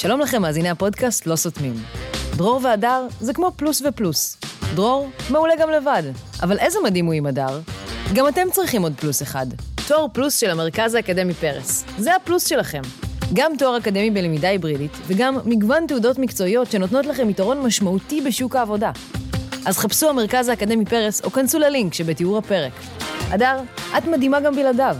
שלום לכם, מאזיני הפודקאסט לא סותמים. דרור והדר זה כמו פלוס ופלוס. דרור מעולה גם לבד, אבל איזה מדהים הוא עם הדר? גם אתם צריכים עוד פלוס אחד. תואר פלוס של המרכז האקדמי פרס. זה הפלוס שלכם. גם תואר אקדמי בלמידה היברידית, וגם מגוון תעודות מקצועיות שנותנות לכם יתרון משמעותי בשוק העבודה. אז חפשו המרכז האקדמי פרס, או כנסו ללינק שבתיאור הפרק. הדר, את מדהימה גם בלעדיו.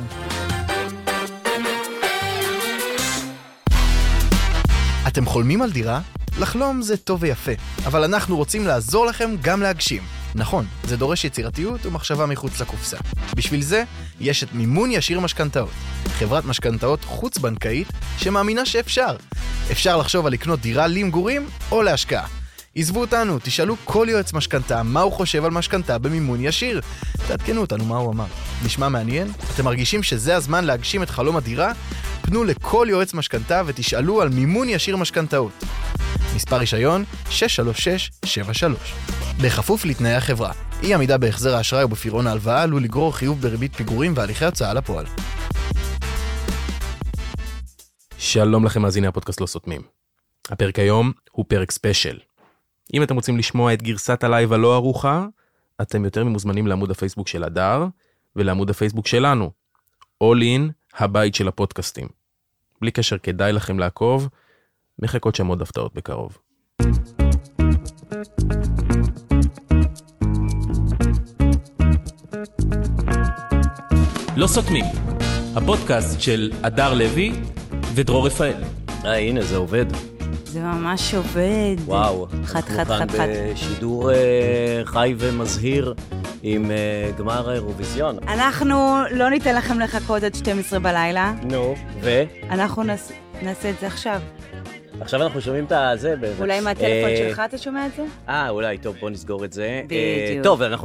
אתם חולמים על דירה? לחלום זה טוב ויפה, אבל אנחנו רוצים לעזור לכם גם להגשים. נכון, זה דורש יצירתיות ומחשבה מחוץ לקופסה. בשביל זה, יש את מימון ישיר משכנתאות. חברת משכנתאות חוץ-בנקאית שמאמינה שאפשר. אפשר לחשוב על לקנות דירה למגורים או להשקעה. עזבו אותנו, תשאלו כל יועץ משכנתה מה הוא חושב על משכנתה במימון ישיר. תעדכנו אותנו מה הוא אמר. נשמע מעניין? אתם מרגישים שזה הזמן להגשים את חלום הדירה? פנו לכל יועץ משכנתה ותשאלו על מימון ישיר משכנתאות. מספר רישיון 63673. בכפוף לתנאי החברה. אי עמידה בהחזר האשראי ובפירעון ההלוואה עלול לגרור חיוב בריבית פיגורים והליכי הוצאה לפועל. שלום לכם מאזיני הפודקאסט לא סותמים. הפרק היום הוא פרק ספיישל. אם אתם רוצים לשמוע את גרסת הלייב הלא ערוכה, אתם יותר ממוזמנים לעמוד הפייסבוק של הדר ולעמוד הפייסבוק שלנו. All in, הבית של הפודקאסטים. בלי קשר כדאי לכם לעקוב, מחכות שם עוד הפתעות בקרוב. לא סותמים, הפודקאסט של הדר לוי ודרור רפאל. הנה זה עובד. זה ממש עובד. וואו. חד. בשידור חי ומזהיר עם גמר האירוויזיון. אנחנו לא ניתן לכם לחכות עד 12 בלילה. נו, אנחנו נעשה את זה עכשיו. עכשיו אנחנו שומעים את זה. אולי מהטלפון שלך אתה שומע את זה? אולי, טוב, בוא נסגור את זה. בדיוק. טוב, אנחנו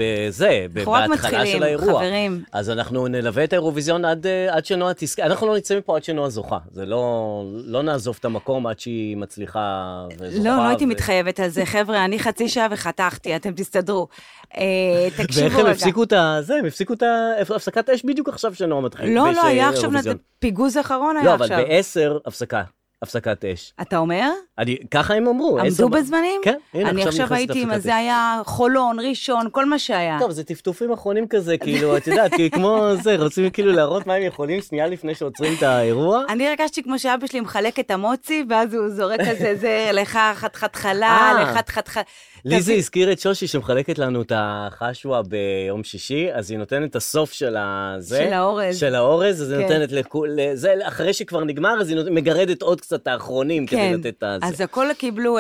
בהתחלה של האירוע. חברים. אז אנחנו נלווה את האירוויזיון עד שנועה תזכה. אנחנו לא נצא מפה עד שנועה זוכה. זה לא נעזוב את המקום עד שהיא מצליחה וזוכה. לא הייתי מתחייבת על זה. חבר'ה, אני חצי שעה וחתכתי, אתם תסתדרו. תקשיבו רגע. ואיך הם הפסיקו את זה? הם הפסיקו את הפסקת אש בדיוק עכשיו שנועה מתחיל. לא, היה עכשיו פיגוז אחרון היה עכשיו. לא, אבל ב10 הפסקת אש. אתה אומר? ככה הם אמרו. עמדו בזמנים? כן. אני עכשיו הייתי עם זה היה חולון, ראשון, כל מה שהיה. טוב, זה טפטופים אחרונים כזה, כאילו, את יודעת, כמו זה, רוצים כאילו להראות מה הם יכולים שנייה לפני שעוצרים את האירוע. אני הרגשתי כמו שאבא שלי מחלק את המוצי, ואז הוא זורק כזה, זה לך חתכת חלה, לך חתכת. לי זה הזכיר את שושי שמחלקת לנו את החשווה ביום שישי, אז היא נותנת את הסוף של האורז. של האורז, אז היא נותנת זה אחרי שכבר נגמר, אז היא מגרדת עוד קצת את האחרונים כדי לתת את זה. אז הכל קיבלו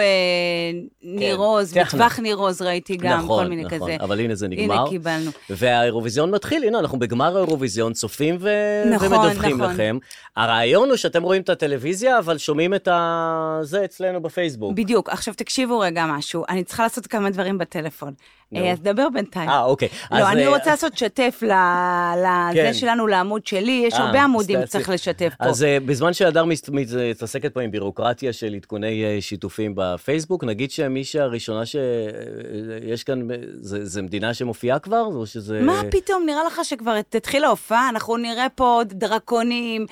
נירוז, מטווח נירוז ראיתי גם, כל מיני כזה. נכון, אבל הנה זה נגמר. הנה קיבלנו. והאירוויזיון מתחיל, הנה אנחנו בגמר האירוויזיון, צופים ומדווחים לכם. הרעיון הוא שאתם רואים את הטלוויזיה, אבל שומעים את זה אצלנו בפייסבוק. בדיוק, עכשיו תקשיבו רגע משהו, אני צריכה לעשות כמה דברים בטלפון. אז דבר בינתיים. אוקיי. לא, אני רוצה לעשות שתף לזה שלנו, לעמוד שלי, יש הרבה עמודים צריך לשתף פה. אז בזמן שהדר מתעסקת פה עם בירוקרטיה של עדכוני שיתופים בפייסבוק, נגיד שמי שהראשונה שיש כאן, זה מדינה שמופיעה כבר? או שזה... מה פתאום? נראה לך שכבר תתחיל ההופעה, אנחנו נראה פה דרקונים,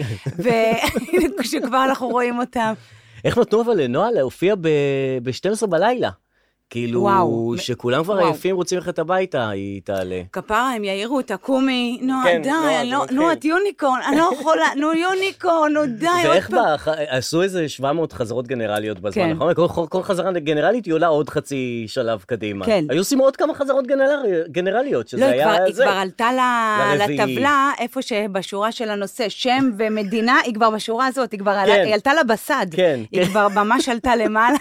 ושכבר אנחנו רואים אותם. איך נתנו אבל לנועה להופיע ב-12 בלילה? כאילו, שכולם כבר עייפים רוצים ללכת הביתה, היא תעלה. כפרה, הם יעירו אותה, קומי, נו, את יוניקורן, אני לא יכולה, נו יוניקורן, נו די. ואיך עשו איזה 700 חזרות גנרליות בזמן, נכון? כל חזרה גנרלית היא עולה עוד חצי שלב קדימה. היו עושים עוד כמה חזרות גנרלית, שזה היה זה. היא כבר עלתה לטבלה, איפה שבשורה של הנושא, שם ומדינה, היא כבר בשורה הזאת, היא עלתה לה בסד. היא כבר ממש עלתה למעלה.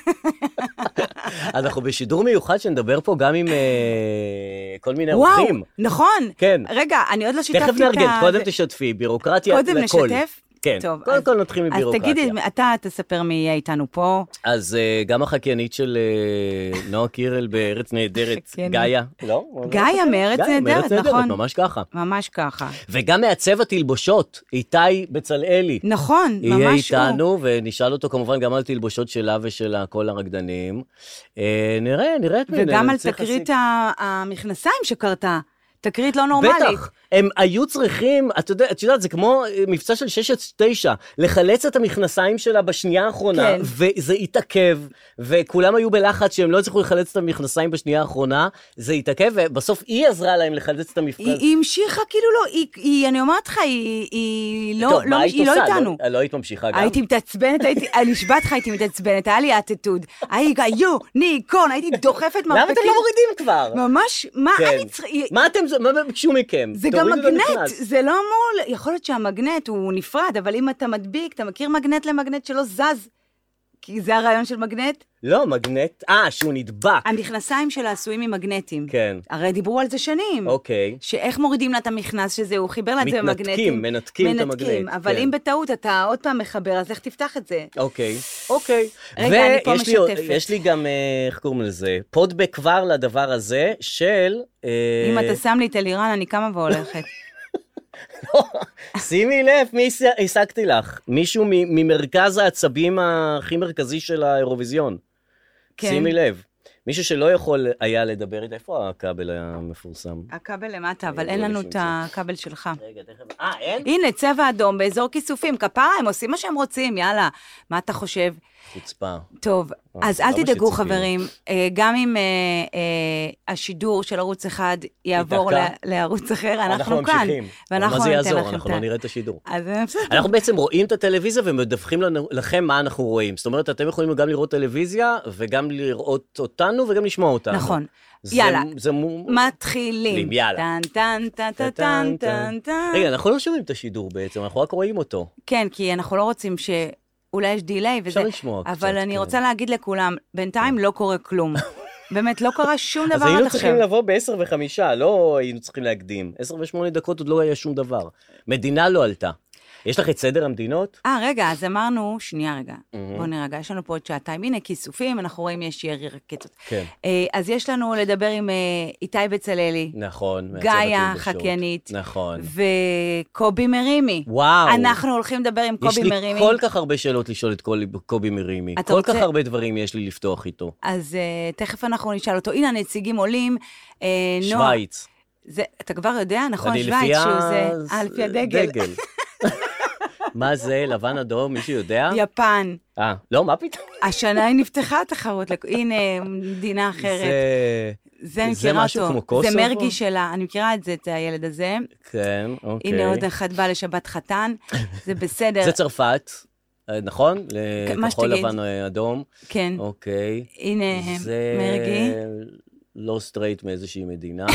אנחנו בשידור מיוחד שנדבר פה גם עם כל מיני אורחים. וואו, נכון. כן. רגע, אני עוד לא שיתפתי את תכף נארגן, קודם תשתפי, בירוקרטיה לכל. קודם נשתף? כן, קודם כל נתחיל מבירוקרטיה. אז תגידי, אתה תספר מי יהיה איתנו פה. אז גם החקיינית של נועה קירל בארץ נהדרת, גאיה. לא? גאיה מארץ נהדרת, נכון. ממש ככה. ממש ככה. וגם מעצב התלבושות, איתי בצלאלי. נכון, ממש הוא. יהיה איתנו, ונשאל אותו כמובן גם על תלבושות שלה ושל כל הרקדנים. נראה את מי. וגם על תקרית המכנסיים שקרתה. תקרית לא נורמלית. בטח, הם היו צריכים, את יודעת, זה כמו מבצע של 6-9, לחלץ את המכנסיים שלה בשנייה האחרונה, כן. וזה התעכב, וכולם היו בלחץ שהם לא הצליחו לחלץ את המכנסיים בשנייה האחרונה, זה התעכב, ובסוף היא עזרה להם לחלץ את המכנסיים. היא המשיכה כאילו לא, אני אומרת לך, היא לא איתנו. לא היית ממשיכה גם. הייתי מתעצבנת, אני נשבעת לך, הייתי מתעצבנת, היה לי אטיטוד, ניקון, הייתי דוחפת מרפקים. למה אתם לא מורידים כבר? ממש, מה אני צריכה... מה ביקשו מכם? זה גם מגנט, זה לא אמור, יכול להיות שהמגנט הוא נפרד, אבל אם אתה מדביק, אתה מכיר מגנט למגנט שלא זז, כי זה הרעיון של מגנט? לא, מגנט, שהוא נדבק. המכנסיים שלה עשויים ממגנטים. כן. הרי דיברו על זה שנים. אוקיי. שאיך מורידים לה את המכנס שזה, הוא חיבר לה את זה במגנטים. מנתקים את המגנט. אבל אם בטעות אתה עוד פעם מחבר, אז איך תפתח את זה? אוקיי. רגע, אני פה משתפת. ויש לי גם, איך קוראים לזה? פודבק כבר לדבר הזה של... אם אתה שם לי את אלירן, אני קמה והולכת. שימי לב, מי השגתי לך? מישהו ממרכז העצבים הכי מרכזי של האירוויזיון. שימי לב. מישהו שלא יכול היה לדבר איתה, איפה הכבל היה מפורסם? הכבל למטה, אבל אין לנו את הכבל שלך. רגע, תכף. אין? הנה, צבע אדום באזור כיסופים, כפרה, הם עושים מה שהם רוצים, יאללה. מה אתה חושב? חוצפה. טוב, אז אל תדאגו חברים, גם אם השידור של ערוץ אחד יעבור לערוץ אחר, אנחנו כאן. מה זה יעזור? אנחנו לא נראה את השידור. אנחנו בעצם רואים את הטלוויזיה ומדווחים לכם מה אנחנו רואים. זאת אומרת, אתם יכולים גם לראות טלוויזיה, וגם לראות אותנו, וגם לשמוע אותנו. נכון. יאללה, מתחילים. יאללה. רגע, אנחנו לא שומעים את השידור בעצם, אנחנו רק רואים אותו. כן, כי אנחנו לא רוצים אולי יש דילי וזה, אבל אני רוצה להגיד לכולם, בינתיים לא קורה כלום. באמת, לא קרה שום דבר עד עכשיו. אז היינו צריכים לבוא ב-10:05, לא היינו צריכים להקדים. 10:08 עוד לא היה שום דבר. מדינה לא עלתה. יש לך את סדר המדינות? רגע, אז אמרנו, שנייה רגע, בוא נרגע, יש לנו פה עוד שעתיים, הנה כיסופים, אנחנו רואים יש ירי רקטות. כן. אז יש לנו לדבר עם איתי בצללי. נכון. גאיה חקיינית. נכון. וקובי מרימי. וואו. אנחנו הולכים לדבר עם קובי מרימי. יש לי כל כך הרבה שאלות לשאול את קובי מרימי. כל כך הרבה דברים יש לי לפתוח איתו. אז תכף אנחנו נשאל אותו. הנה הנציגים עולים. שוויץ. אתה כבר יודע, נכון, שוויץ, שהוא זה, לפי הדגל. מה זה, לבן אדום, מישהו יודע? יפן. לא, מה פתאום? השנה היא נפתחה תחרות, הנה, מדינה אחרת. זה אני מכירה אותו. כמו קוסובו? זה מרגי שלה, אני מכירה את זה, את הילד הזה. כן, אוקיי. הנה עוד אחד בא לשבת חתן, זה בסדר. זה צרפת, נכון? לכחול לבן אדום. כן. אוקיי. הנה, מרגי. זה לא סטרייט מאיזושהי מדינה.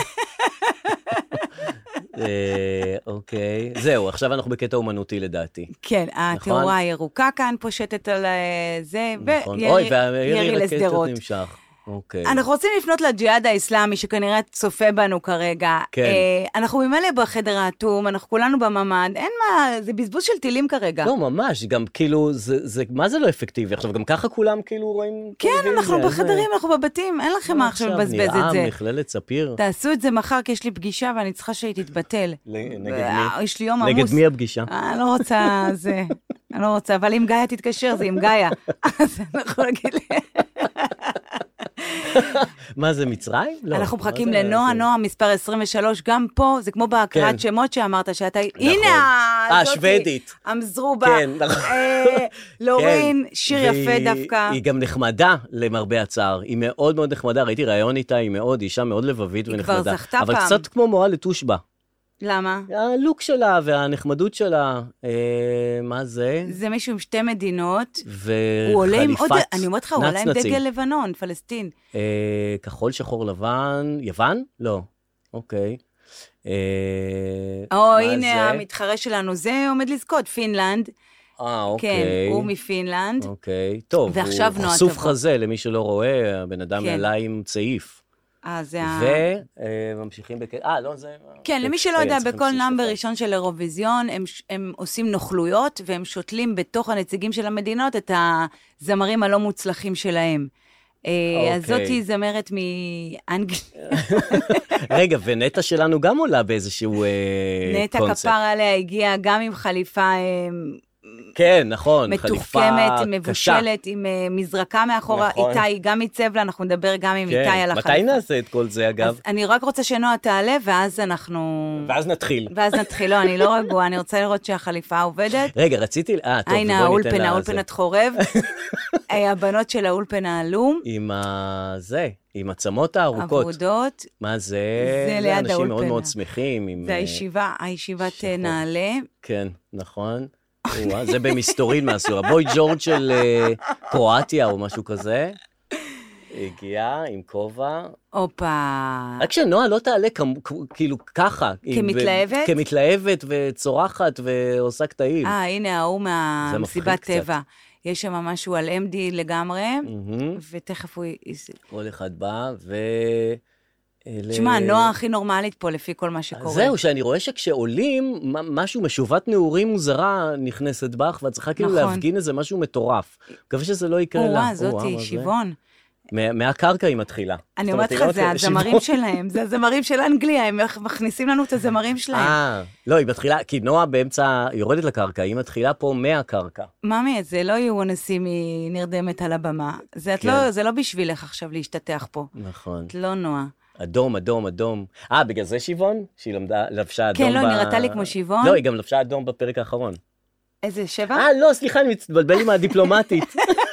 אוקיי, זהו, עכשיו אנחנו בקטע אומנותי לדעתי. כן, התאורה הירוקה כאן פושטת על זה, וירי רקטות נמשך. אנחנו רוצים לפנות לג'יהאד האסלאמי, שכנראה צופה בנו כרגע. אנחנו ממילא בחדר האטום, אנחנו כולנו בממ"ד, אין מה, זה בזבוז של טילים כרגע. לא, ממש, גם כאילו, מה זה לא אפקטיבי? עכשיו, גם ככה כולם כאילו רואים... כן, אנחנו בחדרים, אנחנו בבתים, אין לכם מה עכשיו לבזבז את זה. נראה, מכללת ספיר. תעשו את זה מחר, כי יש לי פגישה, ואני צריכה שהיא תתבטל. נגד מי? יש לי יום עמוס. נגד מי הפגישה? אני לא רוצה, אני לא רוצה, אבל אם גאיה תתקשר, זה עם גאיה. אז אנחנו נגיד לי... מה זה, מצרים? אנחנו מחכים לנועה, נועה מספר 23, גם פה, זה כמו בהקראת שמות שאמרת שאתה, הנה, שוודית. המזרובה, לורין, שיר יפה דווקא. היא גם נחמדה למרבה הצער, היא מאוד מאוד נחמדה, ראיתי רעיון איתה, היא מאוד אישה מאוד לבבית ונחמדה. היא כבר זכתה פעם. אבל קצת כמו מורה לטושבה. למה? הלוק שלה והנחמדות שלה, מה זה? זה מישהו עם שתי מדינות. וחליפת נצנצים. אני אומרת לך, הוא עולה עם דגל לבנון, פלסטין. כחול שחור לבן, יוון? לא. אוקיי. הנה המתחרה שלנו, זה עומד לזכות, פינלנד. אוקיי. כן, הוא מפינלנד. אוקיי, טוב, הוא חשוף חזה, למי שלא רואה, הבן אדם עלה עם צעיף. וממשיכים לא זה... כן, למי שלא יודע, בכל נאמבר ראשון של אירוויזיון, הם עושים נוכלויות, והם שותלים בתוך הנציגים של המדינות את הזמרים הלא מוצלחים שלהם. אז זאתי זמרת מאנגליה. רגע, ונטה שלנו גם עולה באיזשהו קונספט. נטה כפר עליה הגיעה גם עם חליפה כן, נכון, מתוחכמת, מבושלת, עם מזרקה מאחורה, איתי גם עיצב לה, אנחנו נדבר גם עם איתי על החליפה. מתי נעשה את כל זה, אגב? אז אני רק רוצה שנועה תעלה, ואז אנחנו... ואז נתחיל. לא, אני לא רגועה, אני רוצה לראות שהחליפה עובדת. רגע, רציתי... טוב, הנה, האולפנת חורב. הבנות של האולפנה הלום. עם זה, עם עצמות הארוכות. עבודות. מה זה? זה ליד האולפנה. אנשים מאוד מאוד שמחים. זה הישיבת נעלה. כן, נכון. זה במסתורין מהסורה. בוי ג'ורג' של קרואטיה או משהו כזה. הגיעה עם כובע. רק שנועה לא תעלה כאילו ככה. כמתלהבת? כמתלהבת וצורחת ועושה קטעים. הנה, ההוא מהמסיבת טבע. יש שם משהו על MD לגמרי, ותכף הוא... כל אחד בא, תשמע, נועה הכי נורמלית פה, לפי כל מה שקורה. זהו, שאני רואה שכשעולים, משהו משובת נעורים מוזרה נכנסת בך, ואת צריכה כאילו להפגין איזה משהו מטורף. מקווה שזה לא יקרה לה. זאתי, שיבון. מהקרקע היא מתחילה. אני אומרת לך, זה הזמרים שלהם, זה הזמרים של אנגליה, הם מכניסים לנו את הזמרים שלהם. לא, היא מתחילה, כי נועה באמצע יורדת לקרקע, היא מתחילה פה מהקרקע. ממי, זה לא יהיו אנסים היא נרדמת על הבמה. זה לא בשבילך עכשיו להשתתח פה. נכון. את לא נועה. אדום, אדום, אדום. בגלל זה שיבון? שהיא לבשה אדום כן, לא, נראתה לי כמו שיבון. לא, היא גם לבשה אדום בפרק האחרון. איזה 7? לא, סליחה, אני מתבלבל עם הדיפלומטית.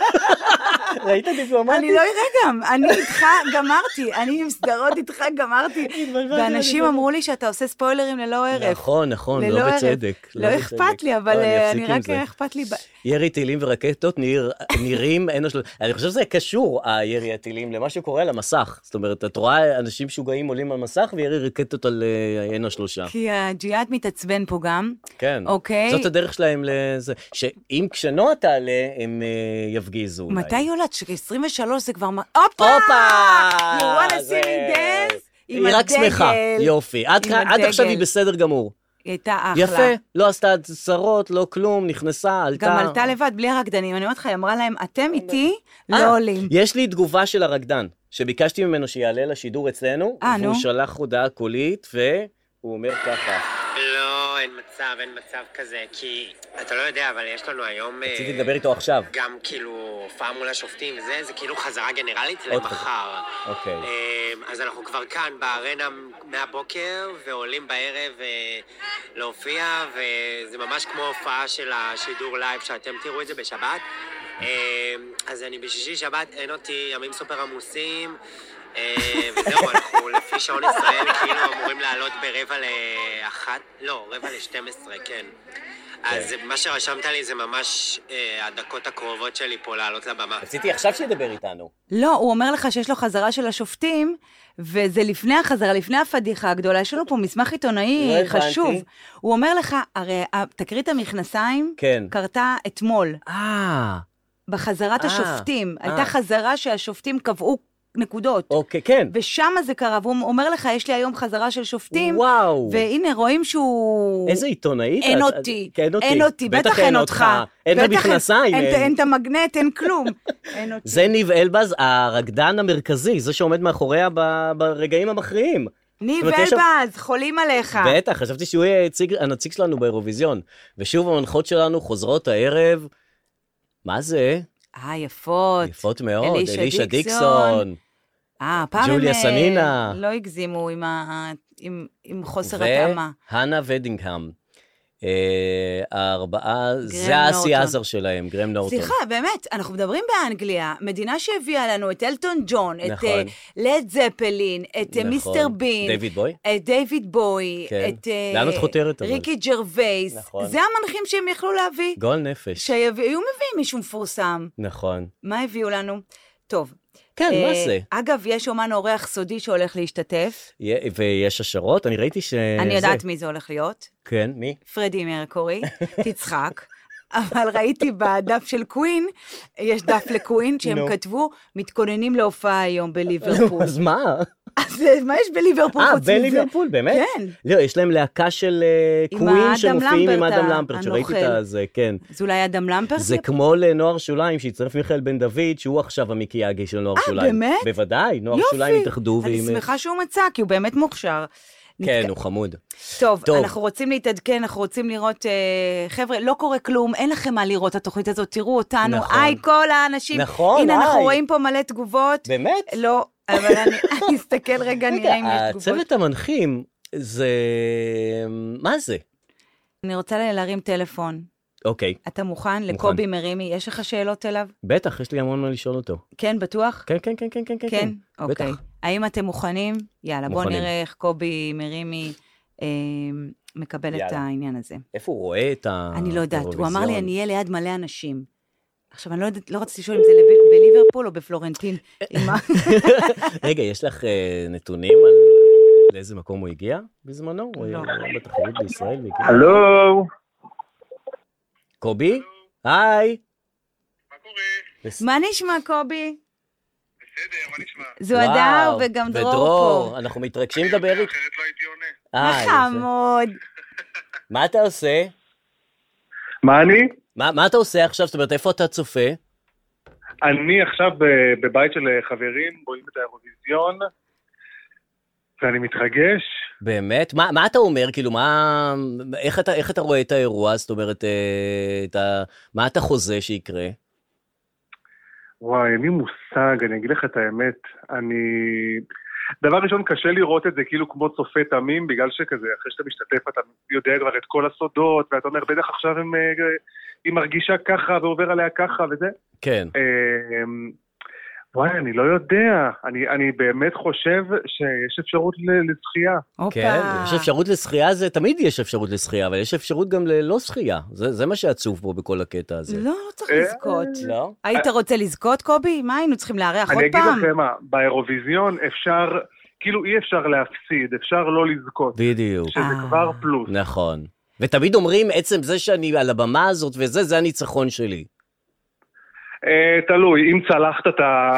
ראית דיפלומטית? אני לא אראה גם, אני איתך גמרתי, אני עם סדרות איתך גמרתי, ואנשים אמרו לי שאתה עושה ספוילרים ללא ערב. נכון, לא בצדק. לא אכפת לי, אבל אני רק אכפת לי... ירי טילים ורקטות נראים, אני חושב שזה קשור, הירי הטילים, למה שקורה על המסך. זאת אומרת, את רואה אנשים שוגעים עולים על מסך, וירי רקטות על N3. כי הג'יהאד מתעצבן פה גם. כן. אוקיי. זאת הדרך שלהם לזה. שאם כשנועה תעלה, הם יפגיזו. מתי יולד? 23 זה כבר... הופה! You want to see me dance? היא רק שמחה, יופי. עד עכשיו היא בסדר גמור. היא הייתה אחלה. יפה, לא עשתה צרות, לא כלום, נכנסה, עלתה. גם עלתה לבד, בלי הרקדנים. אני אומרת לך, היא אמרה להם, אתם איתי לא עולים. יש לי תגובה של הרקדן, שביקשתי ממנו שיעלה לשידור אצלנו, והוא שלח הודעה קולית, והוא אומר ככה. לא, אין מצב כזה, כי אתה לא יודע, אבל יש לנו היום... רציתי לדבר איתו עכשיו. גם כאילו הופעה מול השופטים וזה, זה כאילו חזרה גנרלית למחר. אוקיי. אז אנחנו כבר כאן בארנה מהבוקר, ועולים בערב להופיע, וזה ממש כמו הופעה של השידור לייב, שאתם תראו את זה בשבת. אז אני בשישי שבת, אין אותי, ימים סופר עמוסים, וזהו, אנחנו לפי שעון ישראל כאילו אמורים לעלות רבע ל-12, כן. אז מה שרשמת לי זה ממש הדקות הקרובות שלי פה לעלות לבמה. רציתי עכשיו שידבר איתנו. לא, הוא אומר לך שיש לו חזרה של השופטים, וזה לפני החזרה, לפני הפדיחה הגדולה. יש לנו פה מסמך עיתונאי חשוב. הוא אומר לך, הרי תקרית המכנסיים קרתה אתמול. בחזרת השופטים. הייתה חזרה שהשופטים קבעו נקודות. אוקיי, כן. ושם זה קרה, והוא אומר לך, יש לי היום חזרה של שופטים. וואו. והנה, רואים שהוא... איזה עיתונאית? אין אותי, בטח אין אותך. אין את המכנסיים. אין את המגנט, אין כלום. אין אותי. זה ניב אלבז, הרקדן המרכזי, זה שעומד מאחוריה ברגעים המכריעים. ניב אלבז, חולים עליך. בטח, חשבתי שהוא יהיה הנציג שלנו באירוויזיון. ושוב המנחות שלנו חוזרות הערב. מה זה? יפות. יפות מאוד, אלישה דיקסון. ג'וליה סנינה. לא הגזימו עם חוסר התאמה. והנה ודינגהאם. הארבעה, זה האסי עזר שלהם, גרם נורטון. סליחה, באמת, אנחנו מדברים באנגליה, מדינה שהביאה לנו את אלטון ג'ון, את לד זפלין, את מיסטר בין, דיוויד בוי, את ריקי ג'רווייס, זה המנחים שהם יכלו להביא. גול נפש. שהיו מביאים מישהו מפורסם. נכון. מה הביאו לנו? טוב. כן, מה זה? אגב, יש אומן אורח סודי שהולך להשתתף. ויש השערות, אני ראיתי אני יודעת מי זה הולך להיות. כן, מי? פרדי מרקורי, תצחק. אבל ראיתי בדף של קווין, יש דף לקווין, שהם כתבו, מתכוננים להופעה היום בליברפול. אז מה? אז מה יש בליברפול חוץ מזה? בליברפול, באמת? כן. לא, יש להם להקה של קווין שמופיעים עם אדם למפרט, שראיתי את זה, כן. זה אולי אדם למפרט? זה כמו לנוער שוליים, שהצטרף מיכאל בן דוד, שהוא עכשיו המיקי של נוער שוליים. באמת? בוודאי, נוער שוליים התאחדו. אני שמחה שהוא מצא, כי הוא באמת מוכשר. כן, הוא חמוד. טוב, אנחנו רוצים להתעדכן, אנחנו רוצים לראות, חבר'ה, לא קורה כלום, אין לכם מה לראות התוכנית הזאת, תראו אותנו, היי, כל האנשים. נכון, הנה, אנחנו רואים פה מלא תגובות. באמת? לא, אבל אני אסתכל רגע, נראה אם יש תגובות. הצוות המנחים, זה... מה זה? אני רוצה להרים טלפון. אוקיי. אתה מוכן? לקובי מרימי, יש לך שאלות אליו? בטח, יש לי המון מה לשאול אותו. כן, בטוח? כן, כן, כן, כן, כן. כן? אוקיי. האם אתם מוכנים? יאללה, בואו נראה איך קובי מרימי מקבל את העניין הזה. איפה הוא רואה את אני לא יודעת, הוא אמר לי, אני אהיה ליד מלא אנשים. עכשיו, אני לא רציתי לשאול אם זה בליברפול או בפלורנטין. רגע, יש לך נתונים על לאיזה מקום הוא הגיע בזמנו? הוא היה בתחרות בישראל והגיע... הלו? קובי? היי. מה קורה? מה נשמע, קובי? בסדר, מה נשמע? זו הדר וגם דרור פה. ודרור, אנחנו מתרגשים לדבר איתך. אחרת לא הייתי עונה. חמוד. מה אתה עושה? מה אני? מה אתה עושה עכשיו? זאת אומרת, איפה אתה צופה? אני עכשיו בבית של חברים, רואים את האירוויזיון, ואני מתרגש. באמת? מה אתה אומר? כאילו, איך אתה רואה את האירוע? זאת אומרת, מה אתה חוזה שיקרה? וואי, אין לי מושג, אני אגיד לך את האמת. דבר ראשון, קשה לראות את זה כאילו כמו צופה תמים, בגלל שכזה, אחרי שאתה משתתף, אתה יודע כבר את כל הסודות, ואתה אומר, בטח עכשיו היא מרגישה ככה, ועובר עליה ככה, וזה. כן. וואי, אני לא יודע. אני באמת חושב שיש אפשרות לזכייה. כן, יש אפשרות לזכייה, תמיד יש אפשרות לזכייה, אבל יש אפשרות גם ללא זכייה. זה מה שעצוב פה בכל הקטע הזה. לא צריך לזכות. לא? היית רוצה לזכות, קובי? מה היינו צריכים לארח עוד פעם? אני אגיד לכם מה, באירוויזיון אפשר, כאילו אי אפשר להפסיד, אפשר לא לזכות. בדיוק. שזה כבר פלוס. נכון. ותמיד אומרים, עצם זה שאני על הבמה הזאת וזה, זה הניצחון שלי. תלוי, אם צלחת את ה...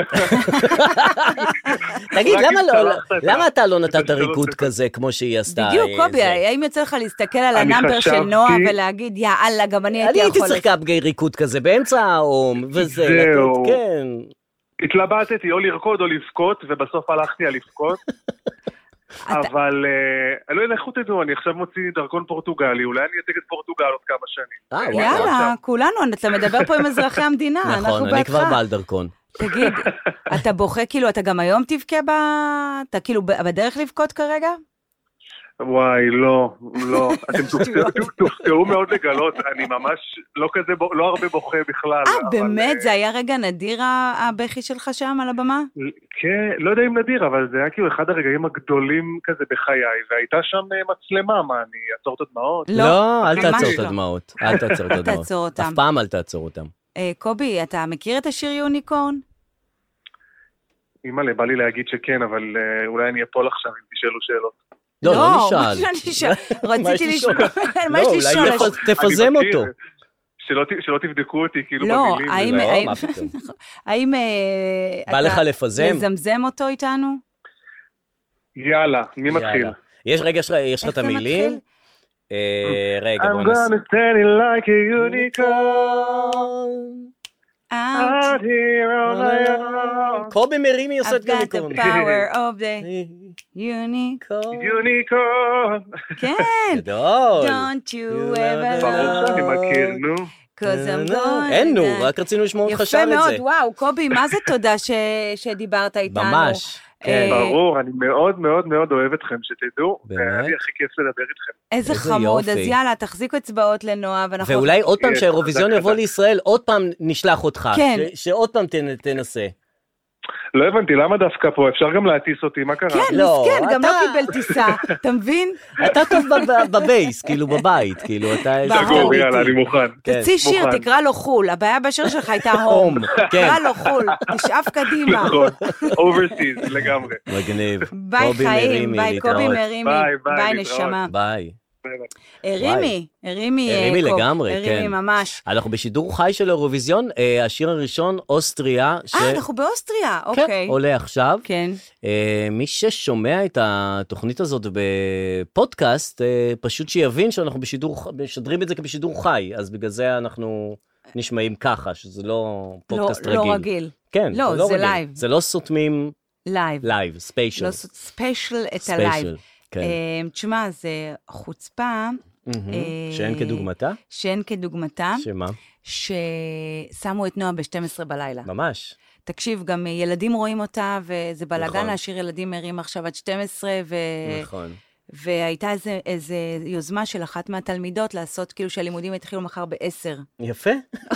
תגיד, למה אתה לא נתת ריקוד כזה כמו שהיא עשתה? בדיוק, קובי, האם יוצא לך להסתכל על הנאמבר של נועה ולהגיד, יאללה, גם אני הייתי יכולת. אני הייתי צריכה בגי ריקוד כזה באמצע האום, וזה, זהו. כן. התלבטתי או לרקוד או לבכות, ובסוף הלכתי על לבכות. אבל לא ילכו תדעו, אני עכשיו מוציא דרכון פורטוגלי, אולי אני אתג את פורטוגל עוד כמה שנים. יאללה, כולנו, אתה מדבר פה עם אזרחי המדינה. נכון, אני כבר בעל דרכון. תגיד, אתה בוכה כאילו, אתה גם היום תבכה אתה כאילו בדרך לבכות כרגע? וואי, לא. אתם תופתעו מאוד לגלות, אני ממש לא הרבה בוכה בכלל. באמת? זה היה רגע נדיר הבכי שלך שם על הבמה? כן, לא יודע אם נדיר, אבל זה היה כאילו אחד הרגעים הגדולים כזה בחיי, והייתה שם מצלמה, מה, אני אעצור את הדמעות? לא, אל תעצור את הדמעות. אל תעצור את הדמעות. תעצור אותם. אף פעם אל תעצור אותם. קובי, אתה מכיר את השיר יוניקורן? אימא'לה, בא לי להגיד שכן, אבל אולי אני אפול עכשיו אם תשאלו שאלות. לא נשאל. רציתי לשאול. מה יש לשאול? אולי תפזם אותו. שלא תבדקו אותי, כאילו במילים. האם בא לך לפזם? לזמזם אותו איתנו? יאללה, מי מתחיל? רגע, יש לך את המילים? רגע, בוא I'm gonna stand it like a unicorn out here on my own. קובי מרימי עושה את יוניקורן. I've got the power of the unicorn. כן. גדול. Don't you ever know. אני מכיר, נו. אין נו, רק רצינו לשמוע אותך שר את זה. יפה מאוד, וואו, קובי, מה זה תודה שדיברת איתנו? ממש. ברור, אני מאוד מאוד מאוד אוהב אתכם, שתדעו, והיה לי הכי כיף לדבר איתכם. איזה חמוד, אז יאללה, תחזיקו אצבעות לנועה, ואולי עוד פעם שהאירוויזיון יבוא לישראל, עוד פעם נשלח אותך, שעוד פעם תנסה. לא הבנתי, למה דווקא פה? אפשר גם להטיס אותי, מה קרה? כן, מסכן, גם לא קיבל טיסה, אתה מבין? אתה טוב בבייס, כאילו בבית, כאילו אתה... סגור, יאללה, אני מוכן. תוציא שיר, תקרא לו חול, הבעיה בשיר שלך הייתה הום. תקרא לו חול, תשאף קדימה. נכון, overseas לגמרי. מגניב. ביי חיים, ביי קובי מרימי, ביי נשמה. ביי. הרימי לגמרי, כן. הרימי ממש. אנחנו בשידור חי של האירוויזיון, השיר הראשון, אוסטריה. אנחנו באוסטריה, אוקיי. כן, עולה עכשיו. כן. מי ששומע את התוכנית הזאת בפודקאסט, פשוט שיבין שאנחנו משדרים את זה כבשידור חי, אז בגלל זה אנחנו נשמעים ככה, שזה לא פודקאסט רגיל. לא רגיל. כן, לא, זה לייב. זה לא סותמים לייב. לייב, ספיישל. לא ספיישל את הלייב. כן. תשמע, זה חוצפה. שאין כדוגמתה? שאין כדוגמתה. שמה? ששמו את נועה ב-12 בלילה. ממש. תקשיב, גם ילדים רואים אותה, וזה בלגן נכון. להשאיר ילדים ערים עכשיו עד 12, נכון. והייתה איזה יוזמה של אחת מהתלמידות לעשות כאילו שהלימודים יתחילו מחר ב-10. יפה.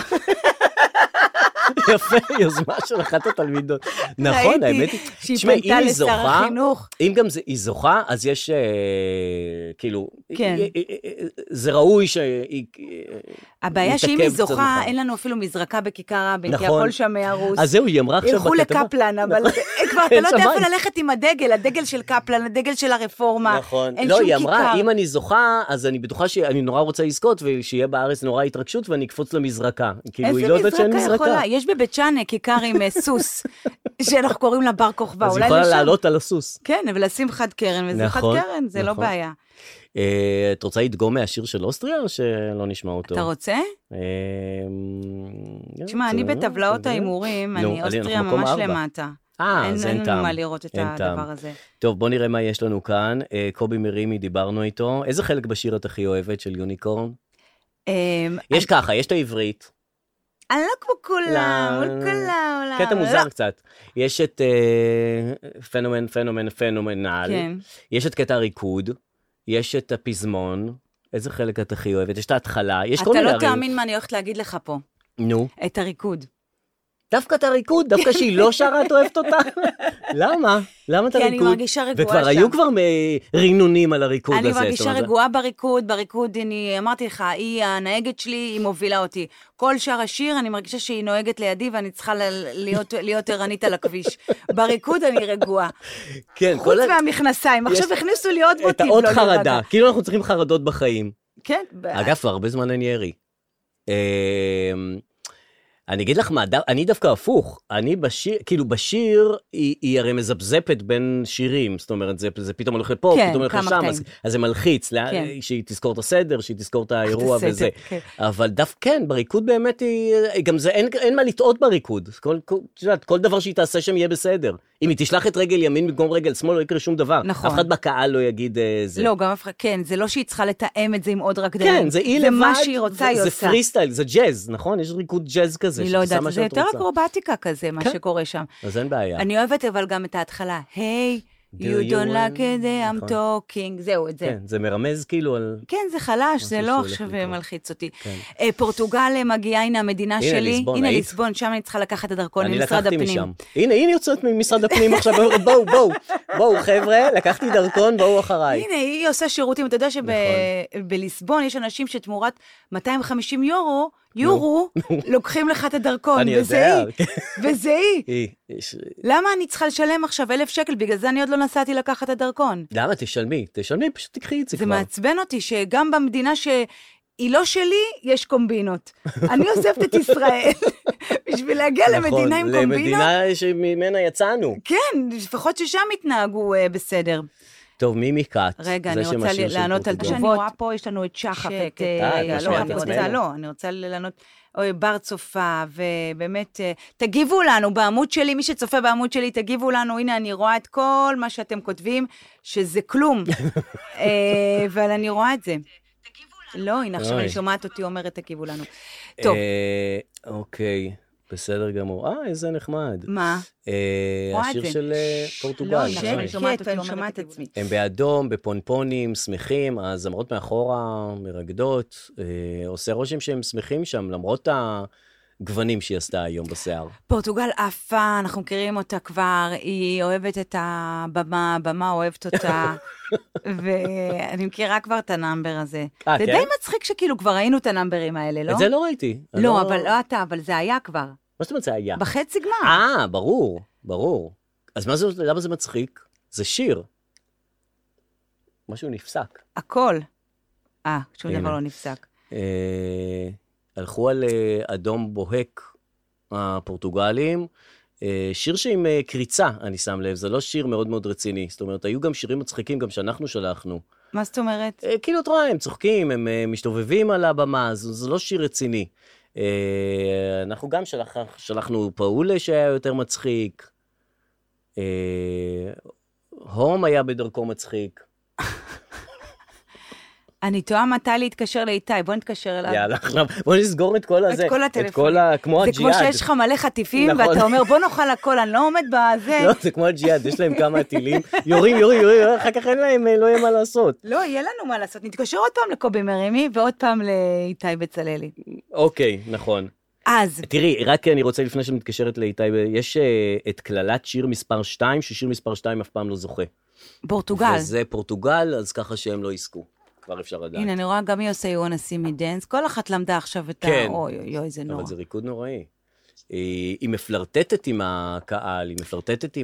יפה, יוזמה של אחת התלמידות. נכון, האמת היא. שהיא פנתה לשר החינוך. אם גם היא זוכה, אז יש, כאילו, זה ראוי שהיא... הבעיה שאם היא זוכה, אין לנו אפילו מזרקה בכיכר רבין, כי הכל שם מהרוס. אז זהו, היא אמרה עכשיו ילכו לקפלן, אבל כבר אתה לא יודע איפה ללכת עם הדגל של קפלן, הדגל של הרפורמה. נכון. אין לא, שום היא אמרה, כיכר. אם אני זוכה, אז אני בטוחה שאני נורא רוצה לזכות, ושיהיה בארץ נורא התרגשות, ואני אקפוץ למזרקה. כאילו, היא לא יודעת שאין מזרקה. יש בבית שנה כיכר עם סוס, שאנחנו קוראים לה בר כוכבא. אז היא יכולה לעלות על הסוס. כן, ולשים חד קרן, וזה חד קרן, זה לא בעיה. את רוצה לדגום מהשיר של אוסטריה, או שלא נשמע אותו? אתה רוצה? תשמע, אני בטבלאות ההימורים, אני אוסטריה ממש למטה. אין לנו מה לראות את הדבר הזה. טוב, בוא נראה מה יש לנו כאן. קובי מרימי, דיברנו איתו. איזה חלק בשיר את הכי אוהבת של יוניקורן? יש ככה, יש את העברית. אני לא כמו כולם, כולם. קטע מוזר קצת. יש את פנומנל. יש את קטע הריקוד. יש את הפזמון. איזה חלק את הכי אוהבת? יש את ההתחלה. יש כל מיני... אתה לא תאמין מה אני הולכת להגיד לך פה. נו. את הריקוד. דווקא את הריקוד, דווקא שהיא לא שרה, את אוהבת אותה. למה? למה את הריקוד? כי אני מרגישה רגועה שם. וכבר היו כבר רינונים על הריקוד הזה. אני מרגישה רגועה בריקוד, אני אמרתי לך, היא הנהגת שלי, היא מובילה אותי. כל שאר השיר, אני מרגישה שהיא נוהגת לידי, ואני צריכה להיות ערנית על הכביש. בריקוד אני רגועה. כן. חוץ מהמכנסיים, עכשיו הכניסו לי עוד מוטיב. את העוד חרדה, כאילו אנחנו צריכים חרדות בחיים. כן. אגב, הרבה זמן אין ירי. אני אגיד לך מה, אני דווקא הפוך, אני בשיר, כאילו בשיר, היא הרי מזפזפת בין שירים, זאת אומרת, זה פתאום הולך לפה, פתאום הולך לשם, אז זה מלחיץ, שהיא תזכור את הסדר, שהיא תזכור את האירוע וזה. אבל דווקא כן, בריקוד באמת גם זה, אין מה לטעות בריקוד, כל דבר שהיא תעשה שם יהיה בסדר. אם היא תשלח את רגל ימין במקום רגל שמאל, לא יקרה שום דבר. נכון. אף אחד בקהל לא יגיד זה. לא, גם אף אחד, כן, זה לא שהיא צריכה לתאם את זה עם עוד רקדנים. כן, זה היא לבד. זה מה שהיא רוצה, היא עושה. זה פרי סטייל, זה ג'אז, נכון? יש ריקוד ג'אז כזה. אני לא יודעת, זה יותר אקרובטיקה כזה, מה שקורה שם. אז אין בעיה. אני אוהבת אבל גם את ההתחלה. היי, you don't like it, I'm talking, זהו, את זה. כן, זה מרמז כאילו על... כן, זה חלש, זה לא עכשיו מלחיץ אותי. פורטוגל מגיעה, הנה המדינה שלי. הנה ליסבון, שם אני צריכה לקחת את הדרכון ממשרד הפנים. אני לקחתי משם. הנה יוצאת ממשרד הפנים עכשיו, בואו חבר'ה, לקחתי דרכון, בואו אחריי. הנה, היא עושה שירותים, אתה יודע שבליסבון יש אנשים שתמורת 250 יורו, לוקחים לך את הדרכון, וזה היא. למה אני צריכה לשלם עכשיו 1,000 שקל? בגלל זה אני עוד לא נסעתי לקחת את הדרכון. למה? תשלמי, פשוט תקחי את זה כבר. זה מעצבן אותי שגם במדינה שהיא לא שלי, יש קומבינות. אני עוזבת את ישראל בשביל להגיע למדינה עם קומבינות. למדינה שממנה יצאנו. כן, לפחות ששם התנהגו בסדר. טוב, מי מקט? רגע, אני רוצה לענות על תשובות. שאני רואה פה, יש לנו את שחף, אני רוצה לענות, בר צופה, ובאמת, תגיבו לנו בעמוד שלי, מי שצופה בעמוד שלי, תגיבו לנו, הנה, אני רואה את כל מה שאתם כותבים, שזה כלום, אבל אני רואה את זה. לא, הנה, עכשיו אני שומעת אותי אומרת, תגיבו לנו. טוב. אוקיי. בסדר גמור. איזה נחמד. מה? השיר של פורטוגל. לא, אני שומעת את עצמי. הם באדום, בפונפונים, שמחים, הזמרות מאחורה מרגדות, עושה רושם שהם שמחים שם, למרות הגוונים שהיא עשתה היום בשיער. פורטוגל עפה, אנחנו מכירים אותה כבר, היא אוהבת את הבמה אוהבת אותה, ואני מכירה כבר את הנאמבר הזה. זה די מצחיק שכאילו כבר ראינו את הנאמברים האלה, לא? את זה לא ראיתי. לא, אבל לא אתה, אבל זה היה כבר. מה זאת אומרת זה היה? בחצי גמר. ברור. אז למה זה מצחיק? זה שיר. משהו נפסק. הכל. שום דבר לא נפסק. הלכו על אדום בוהק הפורטוגלים, שיר שעם קריצה, אני שם לב, זה לא שיר מאוד מאוד רציני, זאת אומרת, היו גם שירים מצחיקים, גם שאנחנו שלחנו. מה זאת אומרת? כאילו, את רואה, הם צוחקים, הם משתובבים על הבמה, זה לא שיר רציני. אנחנו גם שלחנו פאולה שהיה יותר מצחיק, הום היה בדרכו מצחיק. אני טועה מתי להתקשר לאיתי, בוא נתקשר אליו. יאללה, בוא נסגור את כל הזה. את כל הטלפונים. כמו הג'יהאד. זה כמו שיש לך מלא חטיפים, ואתה אומר, בוא נאכל הכל, אני לא עומד בזה. לא, זה כמו הג'יהאד, יש להם כמה טילים, יורים, אחר כך אין להם, לא יהיה מה לעשות. לא, יהיה לנו מה לעשות. נתקשר עוד פעם לקובי מרימי, ועוד פעם לאיתי בצללי. אוקיי, נכון. אז. תראי, רק אני רוצה לפני שמתקשרת לאיתי, יש את כללת שיר מספר 2, ששיר מספר 2 אף פעם לא זוכה. פורטוגל. וזה פורטוגל, אז ככה שהם לא יזכו. כבר אפשר לדעת. הנה, אני רואה גם היא עושה יואנה סימי דנס, כל אחת למדה עכשיו את אוי, איזה נורא. אבל זה ריקוד נוראי. היא מפלרטטת עם הקהל, היא מפלרטטת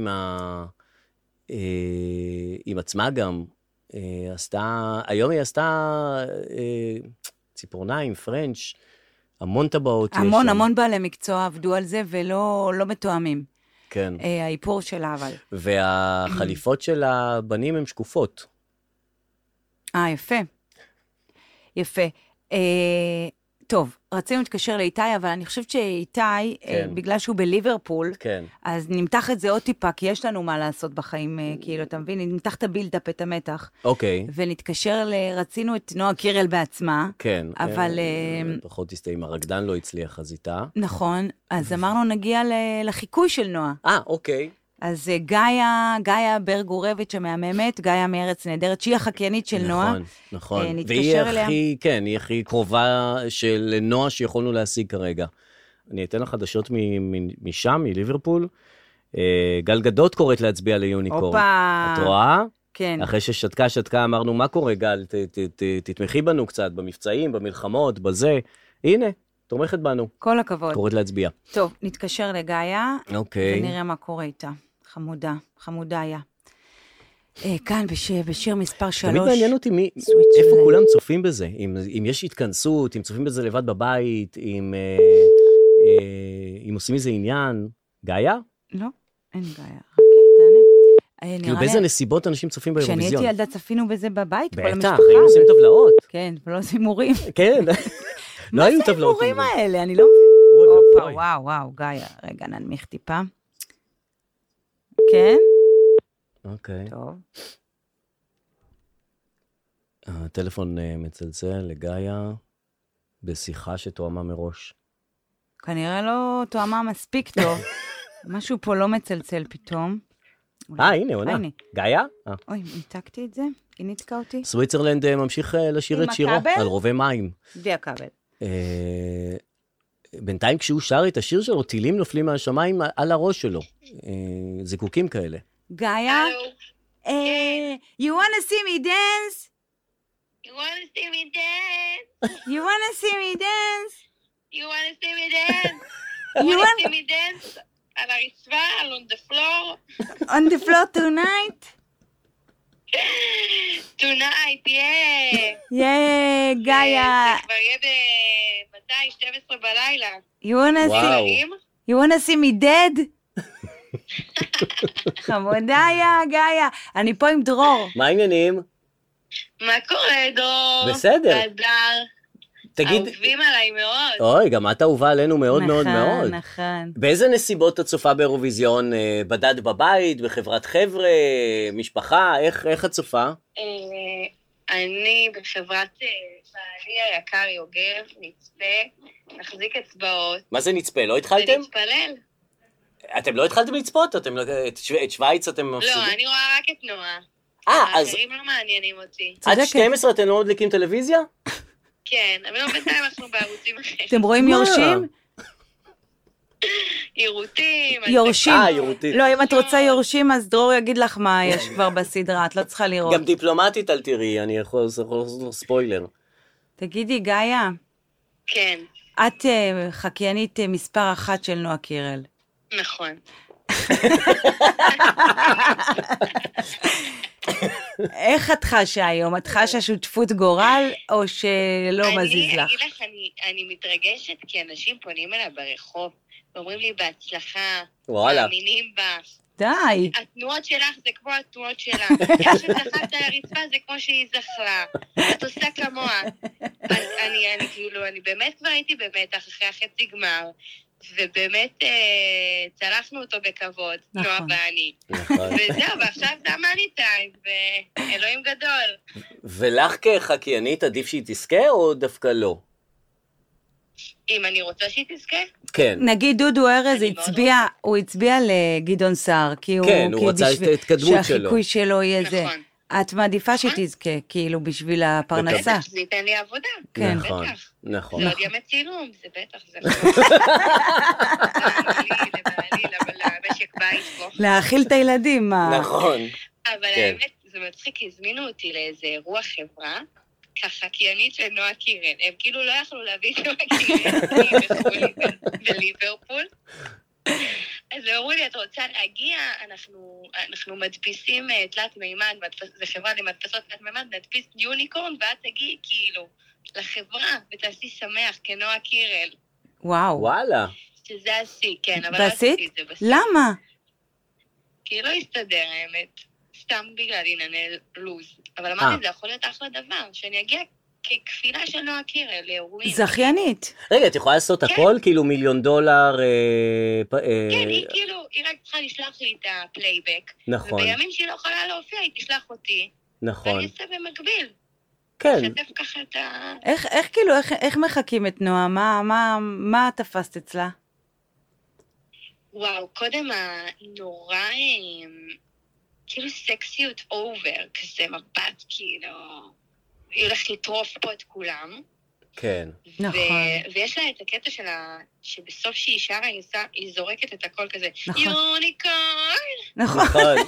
עם עצמה גם. היום היא עשתה ציפורניים, פרנץ', המון טבעות. המון בעלי מקצוע עבדו על זה, ולא מתואמים. כן. האיפור שלה, אבל. והחליפות של הבנים הן שקופות. יפה. יפה. טוב, רצינו להתקשר לאיתי, אבל אני חושבת שאיתי, בגלל שהוא בליברפול, אז נמתח את זה עוד טיפה, כי יש לנו מה לעשות בחיים, כאילו, אתה מבין? נמתח את הבילדאפ, את המתח. אוקיי. ונתקשר, רצינו את נועה קירל בעצמה. כן. אבל... פחות הסתיים, הרקדן לא הצליח, אז איתה. נכון, אז אמרנו נגיע לחיקוי של נועה. אוקיי. אז גאיה ברגורביץ' המהממת, גאיה מארץ נהדרת, שהיא החקיינית של נועה. נכון. והיא הכי, כן, היא הכי קרובה של נועה שיכולנו להשיג כרגע. אני אתן לך חדשות משם, מליברפול. גל גדות קוראת להצביע ליוניקורן. אופה. את רואה? כן. אחרי ששתקה, אמרנו, מה קורה גל? תתמכי בנו קצת, במבצעים, במלחמות, בזה. הנה. תומכת בנו. כל הכבוד. קוראת להצביע. טוב, נתקשר לגאיה. אוקיי. ונראה מה קורה איתה. חמודה היה. כאן בשיר מספר 3. תמיד מעניין אותי איפה כולם צופים בזה. אם יש התכנסות, אם צופים בזה לבד בבית, אם עושים איזה עניין. גאיה? לא, אין גאיה. תענה. כאילו באיזה נסיבות אנשים צופים באירוויזיון? כשאני הייתי ילדה צפינו בזה בבית, כל המשפחה. בטח, היינו עושים טבלאות. כן, ולא עושים מורים. כן. לא היו טבלאות. מה זה ההימורים האלה? אני לא מבין. וואו, גאיה. רגע, ננמיך טיפה. כן? אוקיי. טוב. הטלפון מצלצל לגאיה בשיחה שתואמה מראש. כנראה לא תואמה מספיק טוב. משהו פה לא מצלצל פתאום. הנה, עונה. גאיה? אוי, ניתקתי את זה? היא ניתקה אותי? סוויצרלנד ממשיך לשיר את שירו על רובי מים. בלי הכבל. בינתיים כשהוא שר את השיר שלו, טילים נופלים מהשמיים על הראש שלו. זיקוקים כאלה. גאיה? You wanna see me dance? You wanna see me dance? You wanna see me dance? You wanna see me dance? You wanna see me dance? על הרצפה, on the floor? On the floor tonight? Tonight, yeah. Yeah, גאיה. זה כבר יהיה מתי? 12 בלילה. You wanna see me dead? חמודה, גאיה. אני פה עם דרור. מה העניינים? מה קורה, דרור? בסדר. אדר. תגיד... אהובים עליי מאוד. אוי, גם את אהובה עלינו מאוד מאוד מאוד. נכון. באיזה נסיבות את צופה באירוויזיון? בדד בבית, בחברת חבר'ה, משפחה? איך את צופה? אני בחברת בעלי היקר יוגב, נצפה, נחזיק אצבעות. מה זה נצפה? לא התחלתם? ונתפלל. אתם לא התחלתם לצפות? את שוויץ אתם מפסידים? לא, אני רואה רק את נועה. אז... האחרים לא מעניינים אותי. עד 12 אתם לא מדליקים טלוויזיה? כן, אבל בינתיים אנחנו בערוצים אחרים. אתם רואים יורשים? יורשים. יורשים. יורשים. לא, אם את רוצה יורשים, אז דרור יגיד לך מה יש כבר בסדרה, את לא צריכה לראות. גם דיפלומטית אל תראי, אני יכול לעשות ספוילר. תגידי, גאיה. כן. את חקיינית מספר 1 של נועה קירל. נכון. איך את חשה היום? את חשה שותפות גורל, או שלא מזיז לך? אני אגיד לך, אני מתרגשת, כי אנשים פונים אליי ברחוב, ואומרים לי בהצלחה, מאמינים בה. די. התנועות שלך זה כמו התנועות שלה. איך שזכרת על הרצפה זה כמו שהיא זכרה. את עושה כמוה. אני כאילו, אני באמת כבר הייתי במתח אחרי החצי גמר, ובאמת צלחנו אותו בכבוד, נועה ואני. וזהו, ועכשיו זה המאני טיים, ואלוהים גדול. ולך כחקיינית עדיף שהיא תזכה או דווקא לא? אם אני רוצה שהיא תזכה? כן. נגיד דודו ארז הוא הצביע לגדעון סער, כי הוא... כן, הוא רצה את ההתקדמות שלו. שהחיקוי שלו יהיה זה. נכון. את מעדיפה שתזכה, כאילו בשביל הפרנסה. בטח, זה ייתן לי עבודה. כן. נכון, בטח. נכון. זה עוד ימי צילום, זה בטח, זה נכון. לבעלי, למשק בית פה. להאכיל את הילדים, מה? נכון. אבל האמת, זה מצחיק, הזמינו אותי לאיזה אירוע חברה, כחקיינית של נועה קירל. הם כאילו לא יכלו להביא את נועה קירל בליברפול. אז הם אמרו לי, את רוצה להגיע? אנחנו מדפיסים תלת מימד, זה חברה למדפסות תלת מימד, נדפיס יוניקורן, ואת תגיעי כאילו לחברה, ותעשי שמח כנועה קירל. וואו. וואלה. שזה השיא, כן, אבל לא עשיתי את זה בסוף. למה? כי לא הסתדר, האמת. סתם בגלל ענייני לוז. אבל אמרתי, זה יכול להיות אחלה דבר, שאני אגיע ככפילה של נועה קירל לאירועים. זכיינית. רגע, את יכולה לעשות הכל? כאילו $1,000,000... כן, היא רק צריכה לשלוח לי את הפלייבק. נכון. ובימים שהיא לא יכולה להופיע, היא תשלח אותי. נכון. ואני אעשה במקביל. כן. שתף ככה את ה... איך מחכים את נועה? מה תפסת אצלה? וואו, קודם הנורא... כאילו סקסיות אובר, כזה מבט כאילו... היא הולכת לטרוף פה את כולם. כן. נכון. ויש לה את הקטע שלה, שבסוף שהיא שרה, היא זורקת את הכל כזה, נכון. יוניקורן! נכון.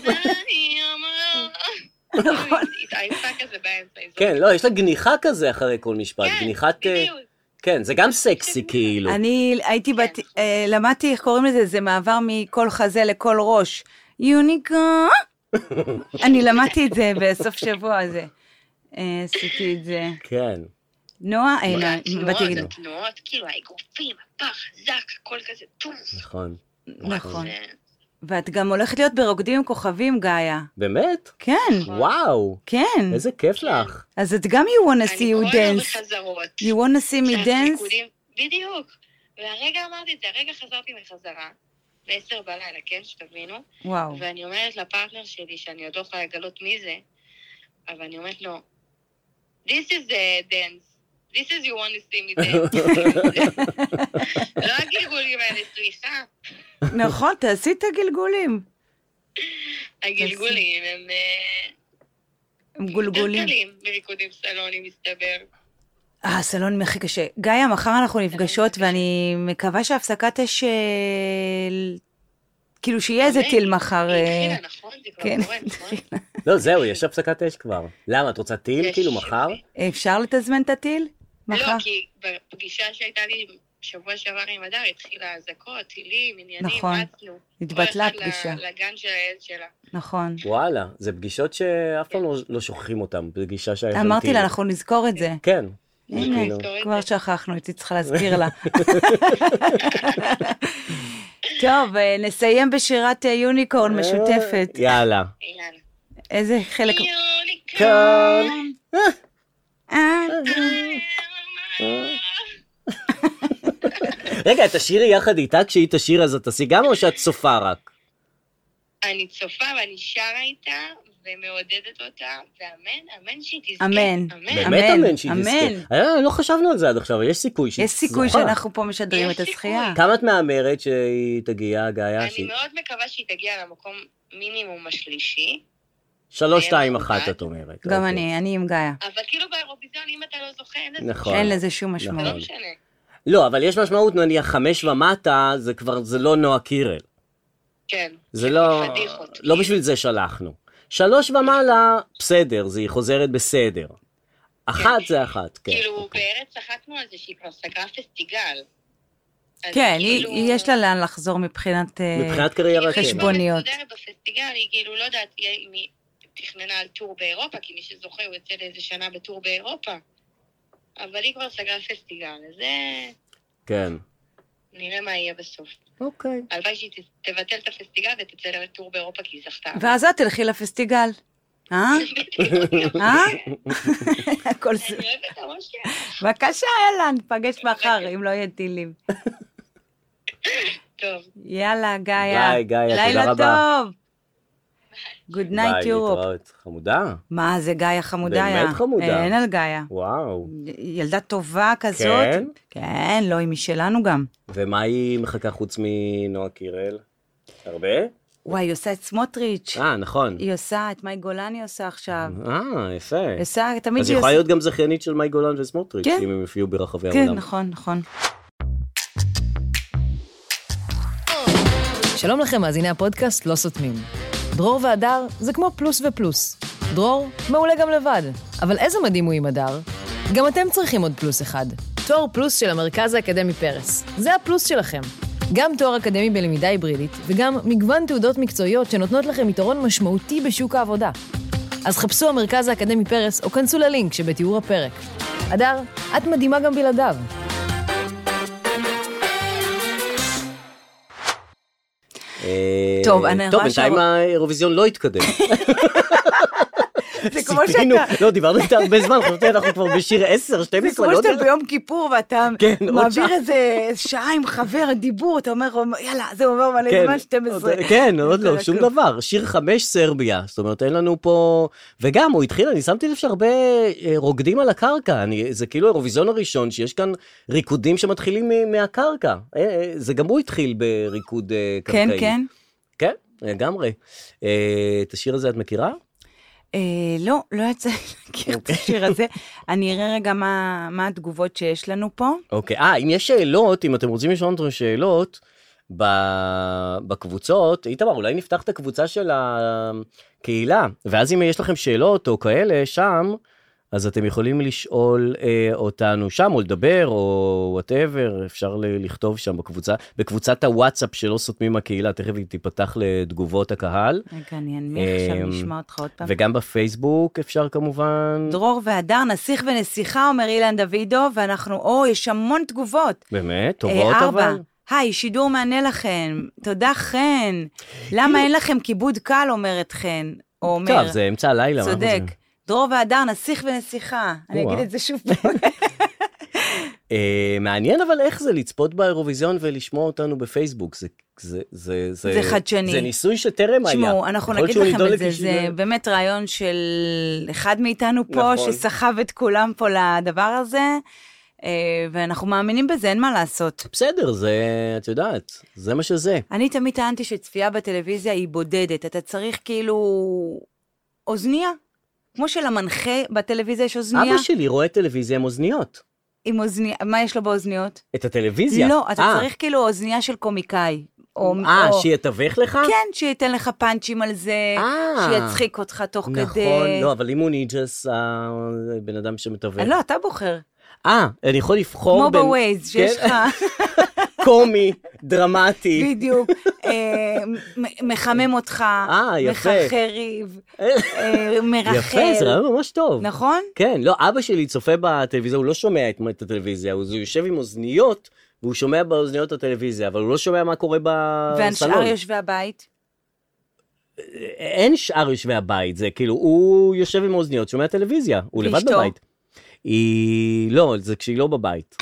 נכון. היא התעייפה כזה באמצע. כן, לא, יש לה גניחה כזה אחרי כל משפט. כן, גניחת... בדיוק. כן, זה גם סקסי כאילו. אני למדתי, איך קוראים לזה, זה מעבר מכל חזה לכל ראש. יוניקורן! אני למדתי את זה בסוף שבוע הזה. עשיתי את זה. כן. נועה, התנועות, כאילו, האגרופים, הפח, זק, הכל כזה טוב. נכון. נכון. ואת גם הולכת להיות ברוקדים עם כוכבים, גאיה. באמת? כן. וואו. כן. איזה כיף לך. אז את גם you wanna see you dance. אני כל בחזרות. You wanna see me dance? בדיוק. והרגע אמרתי את זה, הרגע חזרתי מחזרה. ב-10 בלילה, כן, שתבינו. וואו. ואני אומרת לפרטנר שלי, שאני עוד לא יכולה לגלות מי זה, אבל אני אומרת לו, this is a dance, this is you want to see me dance. לא הגלגולים האלה, סליחה. נכון, תעשי את הגלגולים. הגלגולים הם גולגולים. יותר קלים מריקודים סלונים, מסתבר. סלון הכי קשה. גאיה, מחר אנחנו נפגשות, ואני מקווה שהפסקת אש, כאילו שיהיה איזה טיל מחר. התחילה, נכון? זה כבר קורה, נכון? לא, זהו, יש הפסקת אש כבר. למה, את רוצה טיל כאילו מחר? אפשר לתזמן את הטיל? מחר? לא, כי בפגישה שהייתה לי שבוע שעבר עם הדר, התחילה אזעקות, טילים, עניינים, רצנו. התבטלה פגישה. לגן של הילד שלה. נכון. וואלה, זה פגישות שאף פעם לא שוכחים אותם, פגישה שהיה שם טיל. אמרתי לה, אנחנו נזכור את זה. כן. הנה, כבר שכחנו, הייתי צריכה להזכיר לה. טוב, נסיים בשירת יוניקורן משותפת. יאללה. איזה חלק... יוניקורן. רגע, את תשירי יחד איתה כשהיא תשיר, אז את תעשי גם או שאת צופה רק? אני צופה ואני שרה איתה ומעודדת אותה, ואמן שהיא תזכה. אמן. באמת אמן שהיא תזכה. לא חשבנו על זה עד עכשיו, יש סיכוי שהיא זוכה. יש סיכוי שאנחנו פה משדרים את הזכייה. כמה את מהמרת שהיא תגיע, גאיה? אני מאוד מקווה שהיא תגיע למקום מינימום השלישי. 3-2-1 את אומרת. גם אני עם גאיה. אבל כאילו באירוויזיון, אם אתה לא זוכה, אין לזה שום משמעות. זה לא משנה. לא, אבל יש משמעות, נניח 5 ומטה, זה לא נועה קירל. כן. זה לא בשביל זה שלחנו. 3 ומעלה, בסדר, זה היא חוזרת בסדר. 1 זה 1, כן. כאילו, בארץ צחקנו על זה שהיא כבר סגרה פסטיגל. כן, יש לה לאן לחזור מבחינת קריירה חשבוניות. היא בפסטיגל, היא כאילו לא יודעת אם היא תכננה על טור באירופה, כי מי שזוכה הוא יוצא לאיזה שנה בטור באירופה. אבל היא כבר סגרה פסטיגל, אז זה... כן. נראה מה יהיה בסוף. אוקיי. הלוואי שהיא תבטל את הפסטיגל ותצא לטור באירופה, כי היא זכתה. ואז את תלכי לפסטיגל. הכל זה. אני אוהבת המושך. בבקשה, אלן, פגש מחר, אם לא יהיה טילים. טוב. יאללה, גיא. ביי, גיא, תודה לילה רבה. טוב. Good night, ביי, Europe. להתראות. חמודה. מה זה גיא החמודה? באמת חמודה. אין על גיא. וואו. ילדה טובה כזאת. כן? כן, לא, היא משלנו גם. ומה היא מחכה חוץ מנועה קירל? הרבה? וואי, היא עושה את סמוטריץ'. נכון. היא עושה, את מאי גולן היא עושה עכשיו. יפה. עושה, תמיד אז היא יכולה להיות גם זכיינית של מאי גולן וסמוטריץ', כן. אם הם יופיעו ברחבי העולם. כן, נכון, נכון. שלום לכם, מאזיני הפודקאסט לא סותמים. דרור והדר זה כמו פלוס ופלוס. דרור מעולה גם לבד, אבל איזה מדהים הוא עם הדר? גם אתם צריכים עוד פלוס אחד. תואר פלוס של המרכז האקדמי פרס. זה הפלוס שלכם. גם תואר אקדמי בלמידה היברידית, וגם מגוון תעודות מקצועיות שנותנות לכם יתרון משמעותי בשוק העבודה. אז חפשו המרכז האקדמי פרס, או כנסו ללינק שבתיאור הפרק. הדר, את מדהימה גם בלעדיו. טוב, אני רואה בינתיים האירוויזיון לא התקדם. זה כמו שאתה... לא, דיברנו איתה הרבה זמן, חושבתי, אנחנו כבר בשיר 10, 12. זה כמו שאתה ביום כיפור ואתה מעביר איזה שעה עם חבר, דיבור, אתה אומר, יאללה, זה אומר מלא זמן 12. כן, עוד לא, שום דבר. שיר 5 סרביה, זאת אומרת, אין לנו פה... וגם, הוא התחיל, אני שמתי לב שהרבה רוקדים על הקרקע, זה כאילו האירוויזיון הראשון, שיש כאן ריקודים שמתחילים מהקרקע. זה גם הוא התחיל בריקוד קרקעי. כן, כן. כן, לגמרי. את השיר הזה את מכירה? לא יצא להכיר את השיר הזה. אני אראה רגע מה התגובות שיש לנו פה. אוקיי, אם יש שאלות, אם אתם רוצים לשאול אותנו שאלות, בקבוצות, איתמר, אולי נפתח את הקבוצה של הקהילה, ואז אם יש לכם שאלות או כאלה שם, אז אתם יכולים לשאול אותנו שם, או לדבר, או whatever, אפשר לכתוב שם בקבוצת הוואטסאפ שלא סותמים הקהילה, תכף היא תיפתח לתגובות הקהל. רגע, אני אנמיך עכשיו נשמע אותך עוד פעם. וגם בפייסבוק אפשר כמובן. דרור והדר, נסיך ונסיכה, אומר אילן דוידו, ואנחנו, יש המון תגובות. באמת, טובות אבל. היי, שידור מענה לכם, תודה חן. למה אין לכם כיבוד קל, אומרת חן, או אומר. טוב, זה אמצע הלילה. צודק. דרור והדר, נסיך ונסיכה. אני אגיד את זה שוב פעם. מעניין אבל איך זה לצפות באירוויזיון ולשמוע אותנו בפייסבוק. זה חדשני. זה ניסוי שטרם היה. תשמעו, אנחנו נגיד לכם את זה. זה באמת רעיון של אחד מאיתנו פה, שסחב את כולם פה לדבר הזה, ואנחנו מאמינים בזה, אין מה לעשות. בסדר, זה, את יודעת, זה מה שזה. אני תמיד טענתי שצפייה בטלוויזיה היא בודדת. אתה צריך כאילו אוזניה. כמו שלמנחה בטלוויזיה יש אוזניה. אבא שלי רואה טלוויזיה עם אוזניות. עם אוזניה, מה יש לו באוזניות? את הטלוויזיה? לא, אתה צריך כאילו אוזניה של קומיקאי. שיתווך לך? כן, שייתן לך פאנצ'ים על זה, שיצחיק אותך תוך כדי. נכון, לא, אבל אם הוא ניג'ס, בן אדם שמתווך. לא, אתה בוחר. אני יכול לבחור כמו בווייז, שיש לך... קומי, דרמטי. בדיוק. מחמם אותך, מחרחר ריב, מרחל. יפה, זה רעיון ממש טוב. נכון? כן, לא, אבא שלי צופה בטלוויזיה, הוא לא שומע את הטלוויזיה, הוא יושב עם אוזניות, והוא שומע באוזניות הטלוויזיה, אבל הוא לא שומע מה קורה בסלון. והשאר יושבי הבית? אין שאר יושבי הבית, זה כאילו, הוא יושב עם האוזניות, שומע טלוויזיה, הוא לבד בבית. לא, זה כשהיא לא בבית.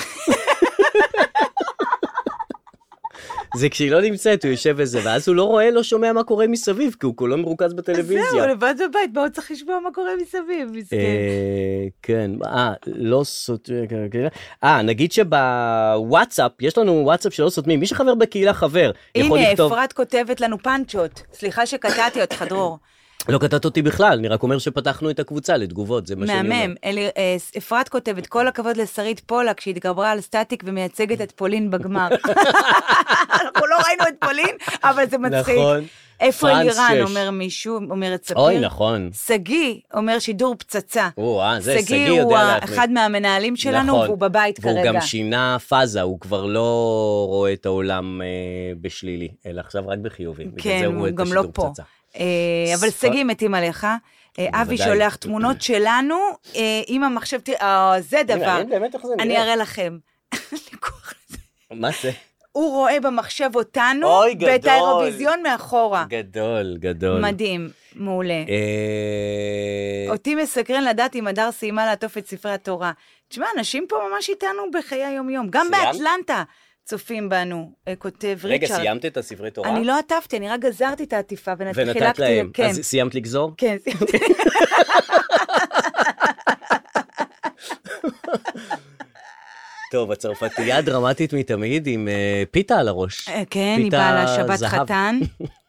זה כשהיא לא נמצאת, הוא יושב וזה, ואז הוא לא רואה, לא שומע מה קורה מסביב, כי הוא כולו מרוכז בטלוויזיה. זהו, לבד בבית, מה הוא צריך לשמוע מה קורה מסביב? כן, לא סותמים, נגיד שבוואטסאפ, יש לנו וואטסאפ שלא סותמים, מי שחבר בקהילה חבר, יכול לכתוב... הנה, אפרת כותבת לנו פנצ'ות, סליחה שקטעתי אותך, דרור. לא קטעת אותי בכלל, אני רק אומר שפתחנו את הקבוצה לתגובות, זה מה שאני אומר. מהמם, אפרת כותבת, כל הכבוד לשרית פולק, שהתגברה על סטטיק ומייצגת את פולין בגמר. אנחנו לא ראינו את פולין, אבל זה מצחיק. נכון. איפה אלירן, אומר מישהו, אומרת ספיר. אוי, נכון. סגי, אומר שידור פצצה. זה סגי יודע סגי הוא להתמיד. אחד מהמנהלים שלנו, והוא בבית כרגע. והוא גם שינה פאזה, הוא כבר לא רואה את העולם בשלילי, אלא עכשיו רק בחיובי. כן, הוא גם לא פה. אבל סגי מתים עליך, אבי שולח תמונות שלנו, עם המחשב, זה דבר, אני אראה לכם. מה זה? הוא רואה במחשב אותנו, ואת האירוויזיון מאחורה. גדול. מדהים, מעולה. אותי מסקרן לדעת אם הדר סיימה לעטוף את ספרי התורה. תשמע, אנשים פה ממש איתנו בחיי היום-יום, גם באטלנטה. צופים בנו, כותב ריצ'ארד. רגע, סיימת את הספרי תורה? אני לא עטפתי, אני רק גזרתי את העטיפה ונתת להם. כן. אז סיימת לגזור? כן, סיימתי. טוב, הצרפתייה דרמטית מתמיד עם פיתה על הראש. כן, היא באה לשבת חתן.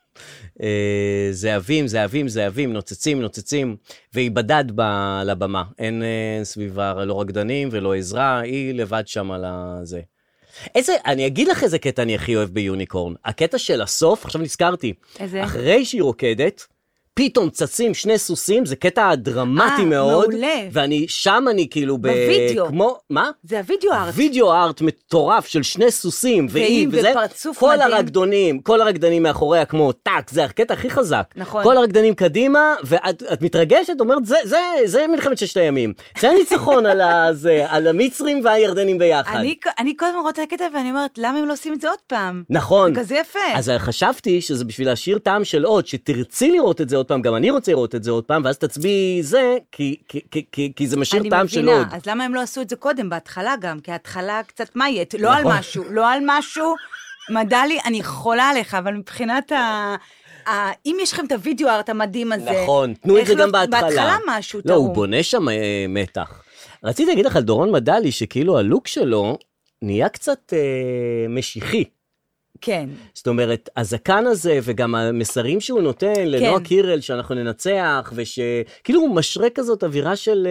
זהבים, נוצצים, והיא בדד לבמה. אין סביבה לא רקדנים ולא עזרה, היא לבד שם על הזה. אני אגיד לך איזה קטע אני הכי אוהב ביוניקורן. הקטע של הסוף, עכשיו נזכרתי. איזה? אחרי שהיא רוקדת, פתאום צצים שני סוסים, זה קטע דרמטי מאוד. מעולה. ואני כאילו בווידאו. כמו, מה? זה הווידאו ארט. וידאו ארט מטורף של שני סוסים, והיא וזה. ופרצוף מדהים. כל הרקדנים מאחוריה כמו טק, זה הקטע הכי חזק. נכון. כל הרקדנים קדימה, ואת מתרגשת, אומרת, זה מלחמת ששת הימים. זה הניצחון על המצרים והירדנים ביחד. אני כל הזמן רואה את הקטע ואני אומרת, למה הם לא עושים את זה עוד פעם? נכון. זה כזה יפה. אז חשבתי שזה בשביל להשאיר טעם של עוד, שתרצי לראות את זה עוד פעם, גם אני רוצה לראות את זה עוד פעם, ואז תצביעי זה, כי זה משאיר טעם של עוד. אני מבינה, אז למה הם לא עשו את זה קודם, בהתחלה גם, כי ההתחלה קצת מאיית, לא על משהו, מדלי, אני יכולה עליך, אבל מבחינת אם יש לכם את הוידאו ארט המדהים הזה, נכון, תנו את זה גם בהתחלה. בהתחלה משהו, לא, הוא בונה שם מתח. רציתי להגיד לך על דורון מדלי, שכאילו הלוק שלו נהיה קצת משיחי. כן. זאת אומרת, הזקן הזה וגם המסרים שהוא נותן לנועה קירל שאנחנו ננצח, ושכאילו הוא משרה כזאת אווירה של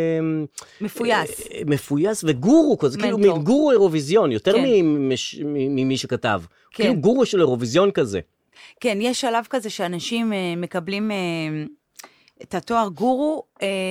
מפויס וגורו, כאילו גורו אירוויזיון, יותר ממי שכתב. כאילו גורו של אירוויזיון כזה. כן, יש שלב כזה שאנשים מקבלים את התואר גורו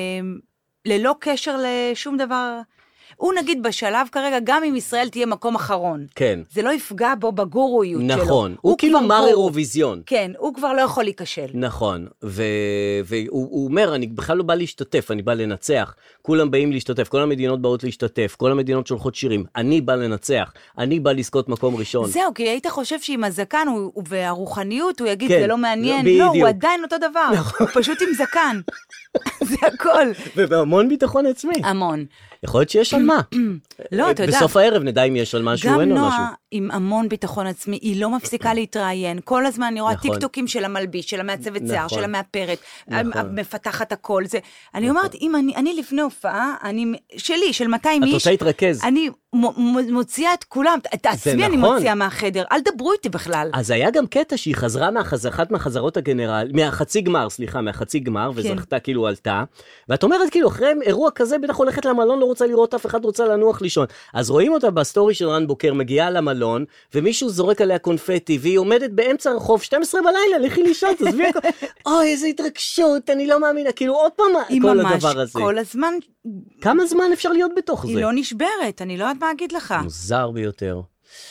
ללא קשר לשום דבר. הוא נגיד בשלב כרגע, גם אם ישראל תהיה מקום אחרון. כן. זה לא יפגע בו בגורויות שלו. נכון. הוא כאילו מר אירוויזיון. כן, הוא כבר לא יכול להיכשל. נכון. והוא אומר, אני בכלל לא בא להשתתף, אני בא לנצח. כולם באים להשתתף, כל המדינות באות להשתתף, כל המדינות שולחות שירים. אני בא לנצח, אני בא לזכות מקום ראשון. זהו, כי היית חושב שעם הזקן והרוחניות, הוא יגיד, זה לא מעניין. לא, הוא עדיין אותו דבר. הוא פשוט עם זקן. זה הכל. ובהמון ביטחון עצמי. המון. יכול להיות שיש על מה. לא, אתה יודע. בסוף הערב נדע אם יש על משהו, אין או משהו. גם נועה עם המון ביטחון עצמי, היא לא מפסיקה להתראיין. כל הזמן אני רואה טיקטוקים של המלביש, של המעצבת שיער, של המאפרת, מפתחת הכל. אני אומרת, אם אני לפני הופעה, של 200 איש, את רוצה להתרכז. אני מוציאה את כולם, את עצמי אני מוציאה מהחדר, אל דברו איתי בכלל. אז היה גם קטע שהיא חזרה אחת מהחזרות הגנרל, מהחצי גמר, וזכתה כאילו עלתה, ואת אומרת כאילו, אחרי אירוע כזה, בטח הולכת למלון, לא רוצה לראות אף אחד, רוצה לנוח לישון. אז רואים אותה בסטורי של רן בוקר, מגיעה למלון, ומישהו זורק עליה קונפטי, והיא עומדת באמצע הרחוב, 12 בלילה, לכי לישון, תזבי הכל. אוי, איזו התרגשות, אני לא מאמינה, כאילו עוד פעם כל הדבר הזה. כל הזמן. כמה זמן אפשר להיות בתוך זה? היא לא נשברת, אני לא יודעת מה אגיד לך. מוזר ביותר.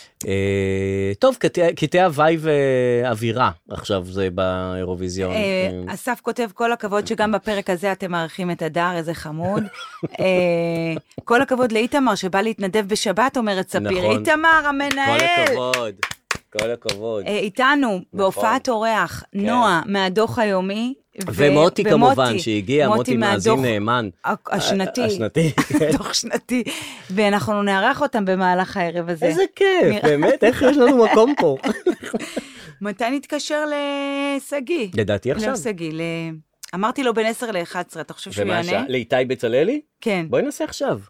טוב, קטעי הוואי ואווירה, עכשיו זה באירוויזיון. אסף כותב, כל הכבוד שגם בפרק הזה אתם מעריכים את הדר, איזה חמוד. כל הכבוד לאיתמר שבא להתנדב בשבת, אומרת ספיר. איתמר המנהל. כל הכבוד. איתנו, בהופעת אורח, נועה מהדוח היומי. ומוטי כמובן שהגיע, מוטי מאזין נאמן. השנתי. דוח שנתי. ואנחנו נערך אותם במהלך הערב הזה. איזה כיף, באמת, איך יש לנו מקום פה? מתי נתקשר לסגי? לדעתי עכשיו. לסגי, אמרתי לו בין 10 ל-11, אתה חושב שהוא יענה? לאיתי בצללי? כן. בואי נעשה עכשיו.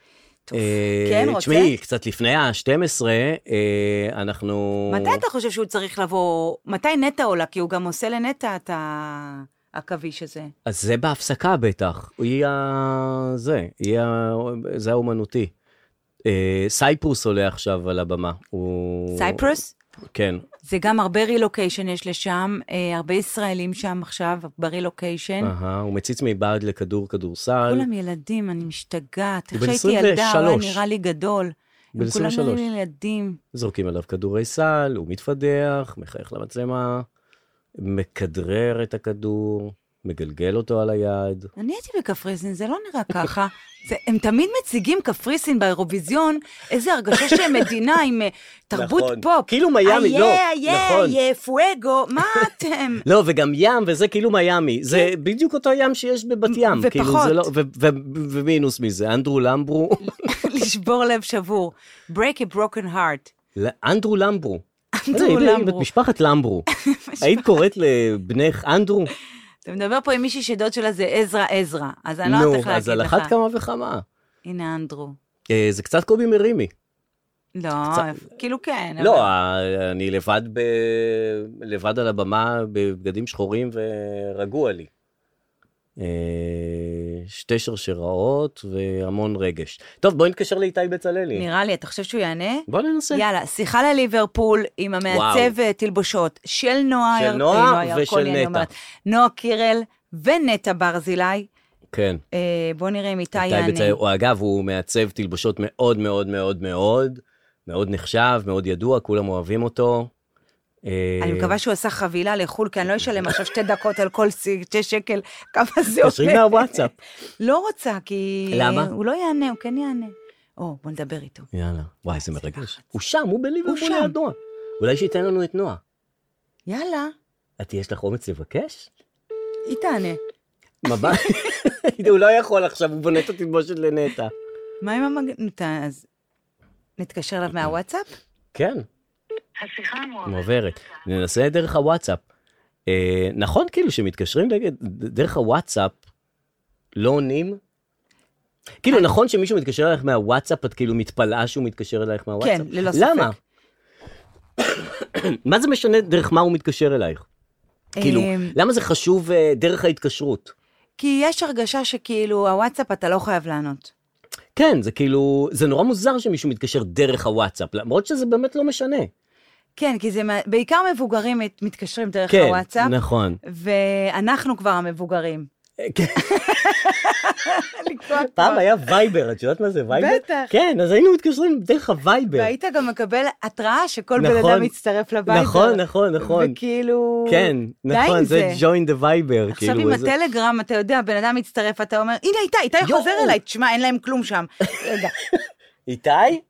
כן, רוצה? תשמעי, קצת לפני ה-12, אנחנו... מתי אתה חושב שהוא צריך לבוא? מתי נטע עולה? כי הוא גם עושה לנטע את הכביש הזה. אז זה בהפסקה בטח. זה האומנותי. סייפרוס עולה עכשיו על הבמה. סייפרוס? כן. זה גם הרבה רילוקיישן יש לשם, הרבה ישראלים שם עכשיו, ברילוקיישן. הוא מציץ מבעד לכדורסל. כולם ילדים, אני משתגעת. איך שהייתי ילדה, הוא נראה לי גדול. בן 23. כולם נראים ילדים. זורקים עליו כדורי סל, הוא מתפדח, מחייך למצלמה, מכדרר את הכדור, מגלגל אותו על היד. אני הייתי בקפריסין, זה לא נראה ככה. הם תמיד מציגים קפריסין באירוויזיון, איזה הרגשה של מדינה עם תרבות פופ. כאילו מיימי, לא, נכון. פואגו, מה אתם? לא, וגם ים, וזה כאילו מיימי. זה בדיוק אותו ים שיש בבת ים. ופחות. ומינוס מזה, אנדרו למברו. לשבור לב שבור. Break a broken heart. אנדרו למברו. אנדרו למברו. משפחת למברו. היית קוראת לבנך אנדרו? אתה מדבר פה עם מישהי שדוד שלה זה עזרא, אז אני לא יודעת איך להגיד לך. אז על אחת כמה וכמה. הנה אנדרו. זה קצת קובי מרימי. לא, כאילו כן. לא, אני לבד על הבמה בבגדים שחורים ורגוע לי. שתי שרשראות והמון רגש. טוב, בואי נתקשר לאיתי בצללי. נראה לי, אתה חושב שהוא יענה? בוא ננסה. יאללה, שיחה לליברפול עם המעצב תלבושות של נועה ושל נטע. נועה קירל ונטע ברזילי. כן. בוא נראה אם איתי יענה. אגב, הוא מעצב תלבושות מאוד מאוד מאוד מאוד, מאוד נחשב, מאוד ידוע, כולם אוהבים אותו. אני מקווה שהוא עשה חבילה לחול, כי אני לא אשלם עכשיו 2 דקות על כל 2 שקל, כמה זה עושה. תשרים מהוואטסאפ. לא רוצה, כי... למה? הוא לא יענה, הוא כן יענה. בוא נדבר איתו. יאללה, וואי, זה מרגש. הוא שם, הוא בליברפול ליד נועה. אולי שייתן לנו את נועה. יאללה. יש לך אומץ לבקש? היא תענה. ממש? הוא לא יכול עכשיו, הוא בונה את התלבושת לנטע. מה עם המגנט? אז נתקשר אליו מהוואטסאפ? כן. השיחה מועברת. ננסה דרך הוואטסאפ. נכון כאילו שמתקשרים דרך הוואטסאפ, לא עונים? כאילו נכון שמישהו מתקשר אלייך מהוואטסאפ, את כאילו מתפלאה שהוא מתקשר אלייך מהוואטסאפ? כן, ללא ספק. למה? מה זה משנה דרך מה הוא מתקשר אלייך? כאילו, למה זה חשוב דרך ההתקשרות? כי יש הרגשה שכאילו הוואטסאפ אתה לא חייב לענות. כן, זה כאילו, זה נורא מוזר שמישהו מתקשר דרך הוואטסאפ, למרות שזה באמת לא משנה. כן, כי זה בעיקר מבוגרים מתקשרים דרך כן, הוואטסאפ. כן, נכון. ואנחנו כבר המבוגרים. כן. פעם היה וייבר, את יודעת מה זה וייבר? בטח. כן, אז היינו מתקשרים דרך הווייבר. והיית גם מקבל התראה שכל בן אדם מצטרף לווייבר. נכון, נכון, נכון. וכאילו... כן, נכון, זה join the וייבר. עכשיו עם הטלגרם, אתה יודע, בן אדם מצטרף, אתה אומר, הנה איתי חוזר אליי, תשמע, אין להם כלום שם. רגע. איתי?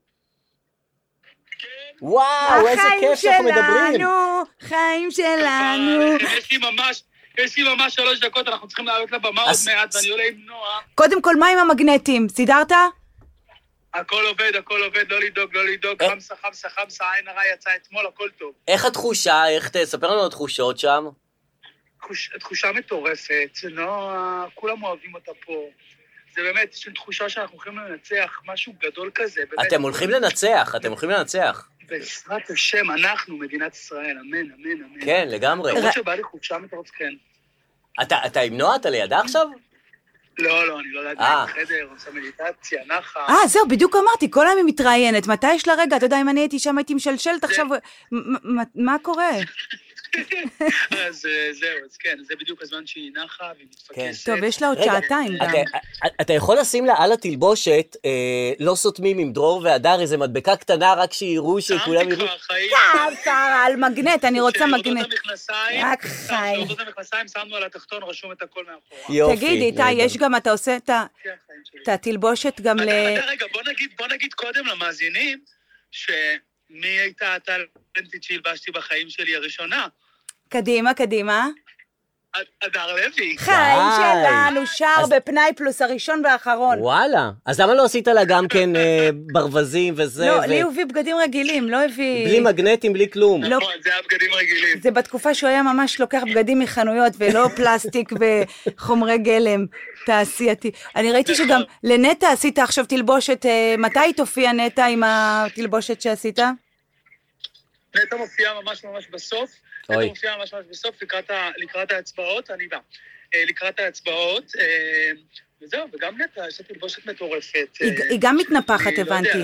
וואו, איזה כיף שאנחנו מדברים. חיים שלנו. יש לי ממש 3 דקות, אנחנו צריכים לעלות לבמה עוד מעט, ואני עולה עם נועה. קודם כל, מה עם המגנטים? סידרת? הכל עובד, לא לדאוג, חמסה, עין הרע יצא אתמול, הכל טוב. איך התחושה? תספר לנו התחושות שם? תחושה מטורפת, נועה, כולם אוהבים אותה פה. זה באמת, יש תחושה שאנחנו הולכים לנצח, משהו גדול כזה. אתם הולכים לנצח. בעזרת השם, אנחנו, מדינת ישראל, אמן. כן, לגמרי. למרות שבא לי חופשה מטורפת, כן. אתה עם נועה? אתה לידה עכשיו? לא, אני לא לידה, בחדר, עושה מדיטציה, נחה. זהו, בדיוק אמרתי, כל היום היא מתראיינת, מתי יש לה רגע? אתה יודע, אם אני הייתי שם, הייתי משלשלת עכשיו, מה קורה? אז זהו, אז כן, זה בדיוק הזמן שהיא נחה והיא מתפקסת. טוב, יש לה עוד שעתיים גם. אתה יכול לשים לה על התלבושת, לא סותמים עם דרור והדר, איזה מדבקה קטנה, רק שיראו שכולם יראו. על מגנט, אני רוצה מגנט. רק חיים. שיורדות המכנסיים, שמנו על התחתון, רשום את הכל מאחורה. תגיד, איתי, יש גם, אתה עושה את התלבושת גם ל... רגע, בוא נגיד קודם למאזינים, שמי הייתה הטלנטית שהלבשתי בחיים שלי הראשונה? קדימה. הדר לוי. חיים שלנו, שר בפנאי פלוס הראשון והאחרון. וואלה, אז למה לא עשית לה גם כן ברווזים וזה? לא, לי הוא הביא בגדים רגילים, לא הביא... בלי מגנטים, בלי כלום. נכון, זה היה בגדים רגילים. זה בתקופה שהוא היה ממש לוקח בגדים מחנויות, ולא פלסטיק וחומרי גלם תעשייתי. אני ראיתי שגם לנטע עשית עכשיו תלבושת, מתי תופיע נטע עם התלבושת שעשית? נטע מופיעה ממש בסוף. נטע מופיעה ממש בסוף, לקראת ההצבעות, אני בא. לקראת ההצבעות, וזהו, וגם נטע, יש תלבושת מטורפת. היא גם מתנפחת, הבנתי.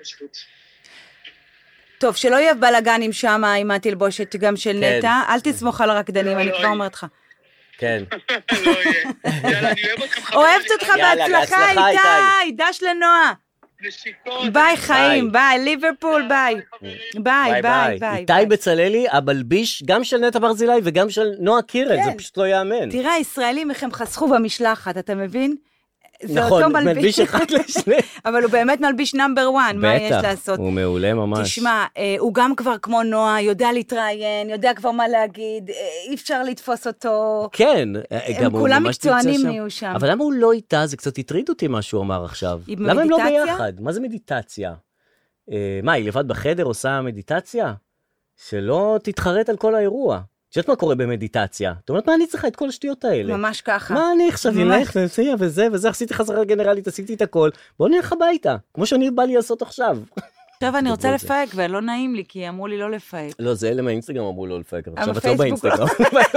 טוב, שלא יהיה בלגנים שם עם התלבושת גם של נטע, אל תסמוך על הרקדנים, אני כבר אומרת לך. כן. לא יהיה. יאללה, אני אוהב אותכם חברים. אוהבת אותך בהצלחה, איתי, דש לנועה. ביי חיים, ביי, ליברפול, ביי. איתי בצללי, הבלביש, גם של נטע ברזילי וגם של נועה קירל, זה פשוט לא יאמן. תראה, הישראלים איך הם חסכו במשלחת, אתה מבין? נכון, מלביש אחד לשני. אבל הוא באמת מלביש נאמבר 1, מה יש לעשות? בטח, הוא מעולה ממש. תשמע, הוא גם כבר כמו נועה, יודע להתראיין, יודע כבר מה להגיד, אי אפשר לתפוס אותו. כן, הם כולם מקצוענים נהיו שם. אבל למה הוא לא איתה? זה קצת הטריד אותי מה שהוא אמר עכשיו. למה הם לא ביחד? מה זה מדיטציה? מה, היא לבד בחדר עושה מדיטציה? שלא תתחרט על כל האירוע. שאת מה קורה במדיטציה? זאת אומרת, מה אני צריכה את כל השטויות האלה? ממש ככה. מה אני עכשיו נלך וזה, עשיתי חזרה גנרלית, עשיתי את הכל. בוא נלך הביתה, כמו שאני בא לי לעשות עכשיו. עכשיו אני רוצה לפהק, ולא נעים לי, כי אמרו לי לא לפהק. לא, זה אלה מהאינסטגרם אמרו לא לפהק. עכשיו את לא באינסטגרם.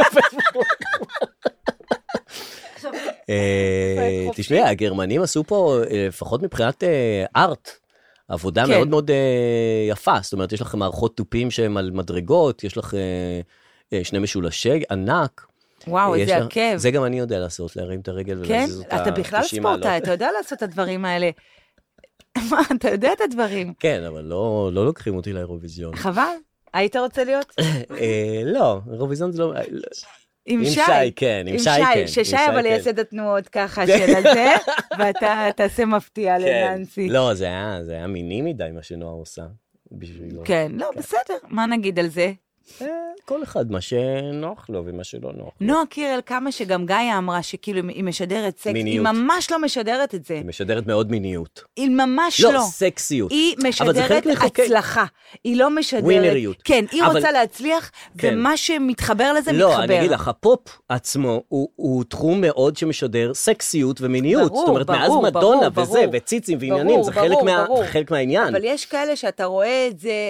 תשמעי, הגרמנים עשו פה, לפחות מבחינת ארט, עבודה מאוד מאוד יפה. זאת אומרת, יש לכם מערכות טופים שהן על מדרגות, יש לך שני משולשי ענק. וואו, איזה עקב. זה גם אני יודע לעשות, להרים את הרגל ולהזיז אותה. כן, אתה בכלל ספורטאי, אתה יודע לעשות את הדברים האלה. מה, אתה יודע את הדברים. כן, אבל לא לוקחים אותי לאירוויזיון. חבל? היית רוצה להיות? לא, אירוויזיון זה לא... עם שי. כן, עם שי כן. ששי אבל יעשה את התנועות ככה של הזה, ואתה תעשה מפתיע לננסי. לא, זה היה מיני מדי מה שנועה עושה בשבילו. כן, לא, בסדר, מה נגיד על זה? כל אחד מה שנוח לו ומה שלא נוח לו. נועה קירל, כמה שגם גיא אמרה שכאילו היא משדרת סקס, היא ממש לא משדרת את זה. היא משדרת מאוד מיניות. היא ממש לא. לא, סקסיות. היא משדרת הצלחה. היא לא משדרת... ווינריות. כן, היא רוצה להצליח, ומה שמתחבר לזה מתחבר. לא, אני אגיד לך, הפופ עצמו הוא תחום מאוד שמשדר סקסיות ומיניות. זאת אומרת, מאז מדונה וזה, וציצים ועניינים, זה חלק מהעניין. אבל יש כאלה שאתה רואה את זה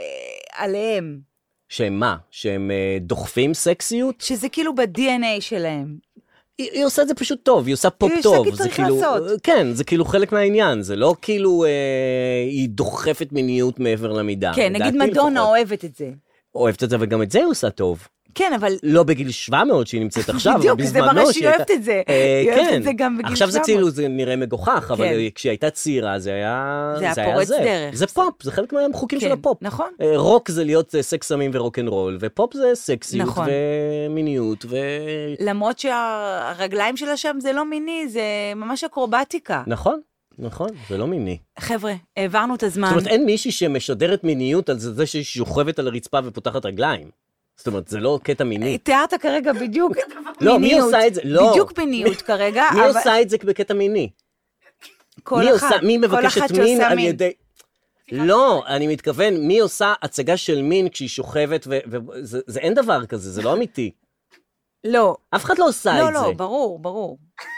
עליהם. שהם מה? שהם דוחפים סקסיות? שזה כאילו ב-DNA שלהם. היא עושה את זה פשוט טוב, היא עושה פופ טוב. היא צריך לעשות. כן, זה כאילו חלק מהעניין, זה לא כאילו היא דוחפת מיניות מעבר למידה. כן, נגיד מדונה אוהבת את זה. אוהבת את זה, וגם את זה היא עושה טוב. כן, אבל... לא בגיל 700 שהיא נמצאת עכשיו, בדיוק, זה מראה שהיא אוהבת את זה. היא אוהבת את זה גם בגיל 700. עכשיו זה כאילו, זה נראה מגוחך, אבל כשהיא הייתה צעירה, זה היה... זה היה פורץ דרך. זה פופ, זה חלק מהחוקים של הפופ. נכון. רוק זה להיות סקס סמים ורוק'נ'רול, ופופ זה סקסיות ומיניות למרות שהרגליים שלה שם זה לא מיני, זה ממש אקרובטיקה. נכון. נכון, זה לא מיני. חבר'ה, העברנו את הזמן. זאת אומרת, אין מישהי שמשדרת מיניות על זה שהיא שוכבת על הרצפה ופותחת רגליים. זאת אומרת, זה לא קטע מיני. תיארת כרגע בדיוק מיניות. לא, מי עושה את זה? לא. בדיוק מיניות כרגע. מי עושה את זה בקטע מיני? כל אחד. מי מבקשת מין על ידי... לא, אני מתכוון, מי עושה הצגה של מין כשהיא שוכבת, וזה אין דבר כזה, זה לא אמיתי. לא. אף אחד לא עושה את זה. לא, ברור.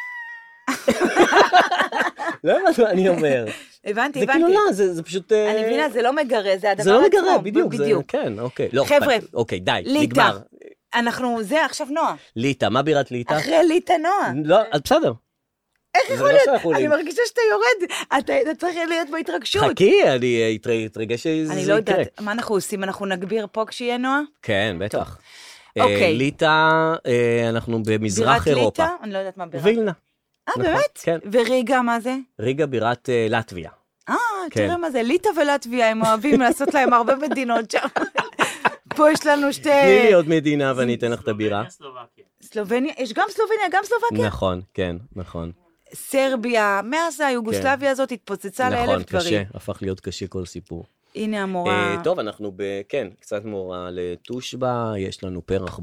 לא הבנת מה אני אומר. הבנתי. זה כאילו לא, זה פשוט... אני מבינה, זה לא מגרה, זה הדבר עצמו. זה לא מגרה, בדיוק. כן, אוקיי. חבר'ה. אוקיי, די, נגמר. זה עכשיו נועה. ליטה, מה בירת ליטה? אחרי ליטה נועה. לא, בסדר. איך יכול להיות? אני מרגישה שאתה יורד, אתה צריך להיות בהתרגשות. חכי, אני אתרגש שזה יקרה. אני לא יודעת, מה אנחנו עושים? אנחנו נגביר פה כשיהיה נועה? כן, בטח. אוקיי. ליטה, אנחנו במזרח אירופה. בירת ליטה? אני לא יודעת מה בירת. וילנה. באמת? כן. וריגה, מה זה? ריגה בירת לטביה. תראה מה זה, ליטה ולטביה, הם אוהבים לעשות להם הרבה מדינות שם. פה יש לנו שתי... תני לי עוד מדינה ואני אתן לך את הבירה. סלובניה, יש גם סלובניה, גם סלובקיה? נכון, כן, נכון. סרביה, מאז היוגוסלביה הזאת התפוצצה לאלף דברים. נכון, קשה, הפך להיות קשה כל סיפור. הנה המורה. טוב, אנחנו כן, קצת מורה לטושבה, יש לנו פרח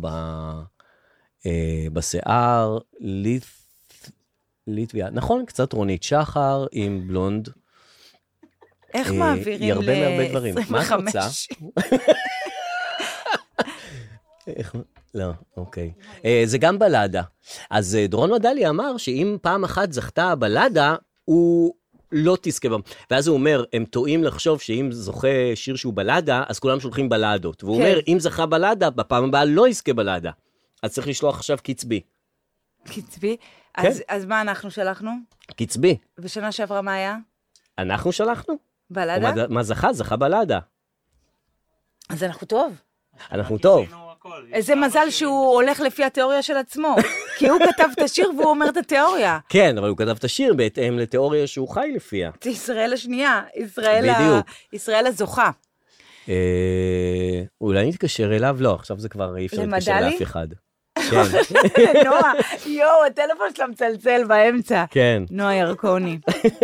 בשיער, ליטביה, נכון, קצת רונית שחר עם בלונד. איך מעבירים היא הרבה מהרבה דברים. מה את רוצה? לא, אוקיי. זה גם בלדה. אז דורון מדלי אמר שאם פעם אחת זכתה בלדה, הוא לא תזכה בה. ואז הוא אומר, הם טועים לחשוב שאם זוכה שיר שהוא בלדה, אז כולם שולחים בלדות. והוא אומר, אם זכה בלדה, בפעם הבאה לא יזכה בלדה. אז צריך לשלוח עכשיו קצבי. קצבי? אז מה אנחנו שלחנו? קצבי. ושנה שעברה מה היה? אנחנו שלחנו. בלדה? מה זכה? זכה בלדה. אז אנחנו טוב. אנחנו טוב. איזה מזל שהוא הולך לפי התיאוריה של עצמו. כי הוא כתב את השיר והוא אומר את התיאוריה. כן, אבל הוא כתב את השיר בהתאם לתיאוריה שהוא חי לפיה. זה ישראל השנייה, ישראל הזוכה. אולי נתקשר אליו? לא, עכשיו זה כבר אי אפשר להתקשר לאף אחד. נועה, הטלפון שלה מצלצל באמצע. כן. נועה ירקוני.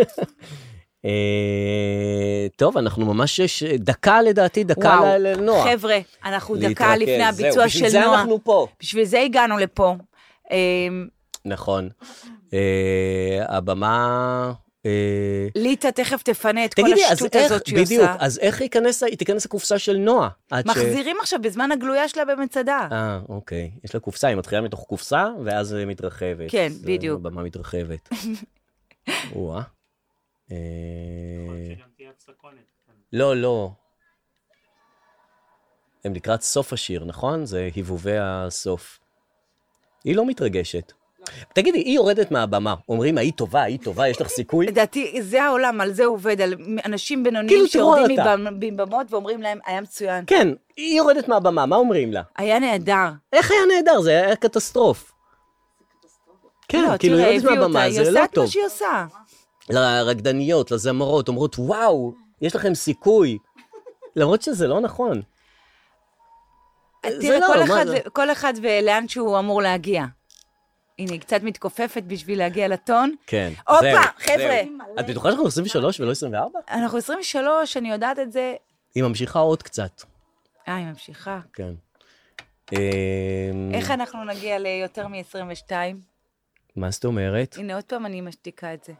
טוב, אנחנו ממש דקה לדעתי, דקה לנועה. חבר'ה, אנחנו דקה לפני הביצוע של נועה. בשביל זה אנחנו פה. בשביל זה הגענו לפה. נכון. הבמה ליטה תכף תפנה את כל השטות הזאת שהיא עושה. בדיוק, אז איך היא תיכנס לקופסה של נועה? מחזירים עכשיו בזמן הגלויה שלה במצדה. אוקיי. יש לה קופסה, היא מתחילה מתוך קופסה, ואז מתרחבת. כן, בדיוק. במה מתרחבת. וואה. לא. הם לקראת סוף השיר, נכון? זה היבובי הסוף. היא לא מתרגשת. תגידי, היא יורדת מהבמה, אומרים, היא טובה, יש לך סיכוי? לדעתי, זה העולם, על זה עובד, על אנשים בינוניים שיורדים מבמות ואומרים להם, היה מצוין. כן, היא יורדת מהבמה, מה אומרים לה? היה נהדר. איך היה נהדר? זה היה קטסטרוף. כן, כאילו יורדת מהבמה, זה לא טוב. היא עושה את מה שהיא עושה. לרקדניות, לזמרות, אומרות, וואו, יש לכם סיכוי. למרות שזה לא נכון. תראה, כל אחד ולאן שהוא אמור להגיע. הנה, היא קצת מתכופפת בשביל להגיע לטון. כן. הופה, חבר'ה. את בטוחה שאנחנו 23 ולא 24? אנחנו 23, אני יודעת את זה. היא ממשיכה עוד קצת. היא ממשיכה. כן. איך אנחנו נגיע ליותר מ-22? מה זאת אומרת? הנה, עוד פעם אני משתיקה את זה.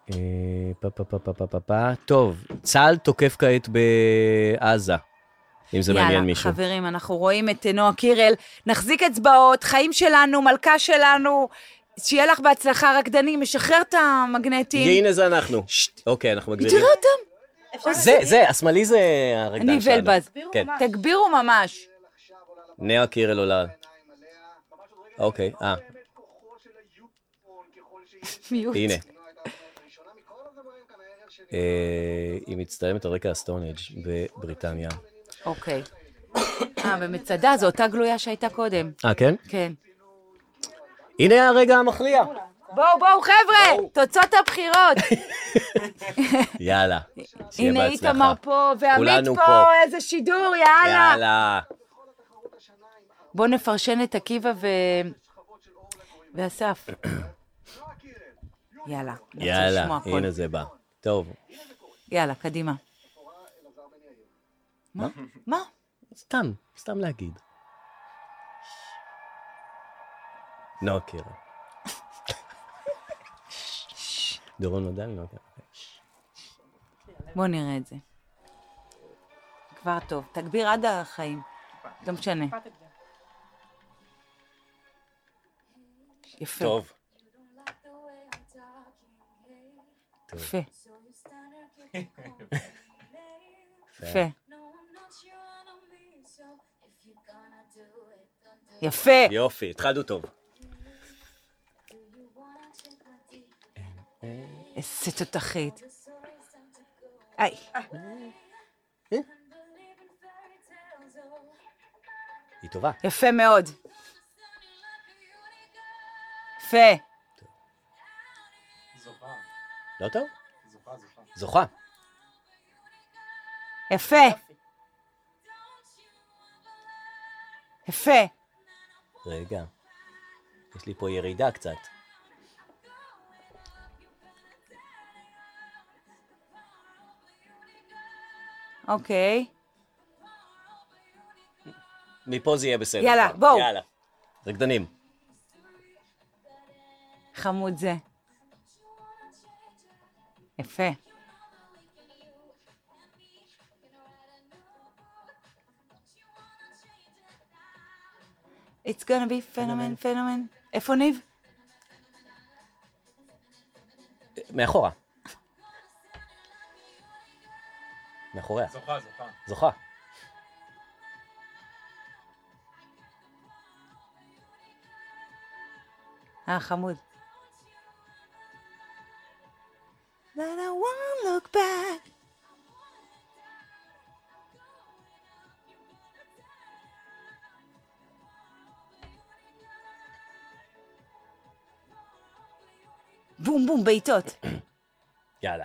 טוב, צה"ל תוקף כעת בעזה. אם זה מעניין מישהו. יאללה, חברים, אנחנו רואים את נועה קירל, נחזיק אצבעות, חיים שלנו, מלכה שלנו, שיהיה לך בהצלחה רקדנים, משחרר את המגנטים. הנה זה אנחנו. אוקיי, אנחנו מגדירים. תראה אותם. זה, השמאלי זה הרקדן שלנו. אני ולבז. תגבירו ממש. נועה קירל עולה. אוקיי, הנה. היא מצטלמת על רקע הסטונג' בבריטניה. אוקיי. במצדה, זו אותה גלויה שהייתה קודם. כן? כן. הנה הרגע המכריע. בואו, חבר'ה, תוצאות הבחירות. יאללה, שיהיה הנה בהצלחה. איתמר פה, ועמית פה, איזה שידור, יאללה. בואו נפרשן את עקיבא ואסף. יאללה. הנה זה בא. טוב. יאללה, קדימה. מה? סתם להגיד. נועה קירל. דורון מדל, נועה קירל. בוא נראה את זה. כבר טוב. תגביר עד החיים. לא משנה. יפה. טוב. יפה. יפה. יפה. יופי, התחלנו טוב. איזה תותחית. היי. היא טובה. יפה מאוד. יפה. לא טוב? זוכה. יפה. יפה. רגע, יש לי פה ירידה קצת. אוקיי. מפה זה יהיה בסדר. יאללה, בואו. יאללה. רקדנים. חמוד זה. יפה. It's gonna be phenomenon. איפה ניב? מאחורה. מאחוריה. זוכה. חמוד. That I won't look back. בום בום בעיטות. יאללה.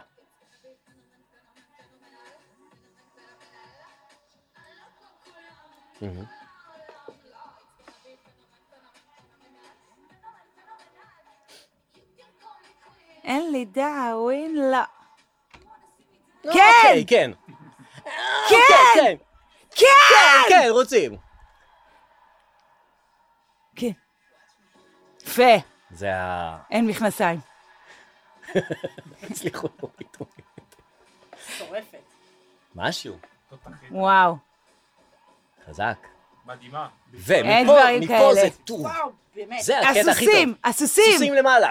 אין לי דאווין, לא. כן! כן! כן! כן, רוצים. כן. יפה. זה אין מכנסיים. הצליחו להוריד. שורפת. משהו. וואו. חזק. מדהימה. ומפה זה טוב. וואו, באמת. זה הקטע הכי טוב. הסוסים. סוסים למעלה.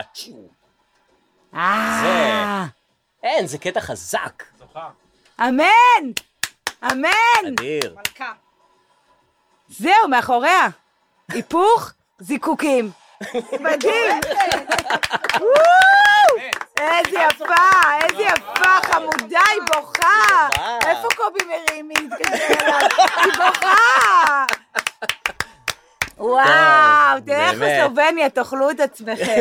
אה. אין, זה קטע חזק. זוכה. אמן! אמן! אדיר. מלכה. זהו, מאחוריה. היפוך, זיקוקים. מדהים. איזה יפה, איזה יפה, חמודה, היא בוכה. איפה קובי מרימי? התקשר אליו. היא בוכה. וואו, תראה איך לסלובניה, תאכלו את עצמכם.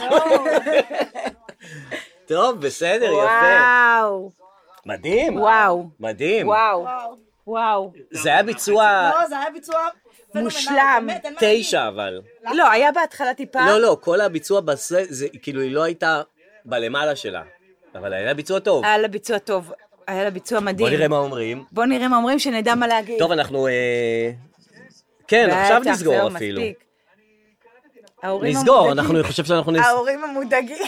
טוב, בסדר, יפה. וואו. מדהים. וואו. מדהים. וואו. וואו. זה היה ביצוע... לא, זה היה ביצוע... מושלם. 9 אבל. לא, היה בהתחלה טיפה. לא, כל הביצוע זה כאילו היא לא הייתה בלמעלה שלה, אבל היה ביצוע טוב. היה לה ביצוע טוב, היה לה ביצוע מדהים. בוא נראה מה אומרים. בוא נראה מה אומרים, שנדע מה להגיד. טוב, אנחנו... כן, עכשיו נסגור אפילו. נסגור, אני חושב שאנחנו נסגור. ההורים המודאגים.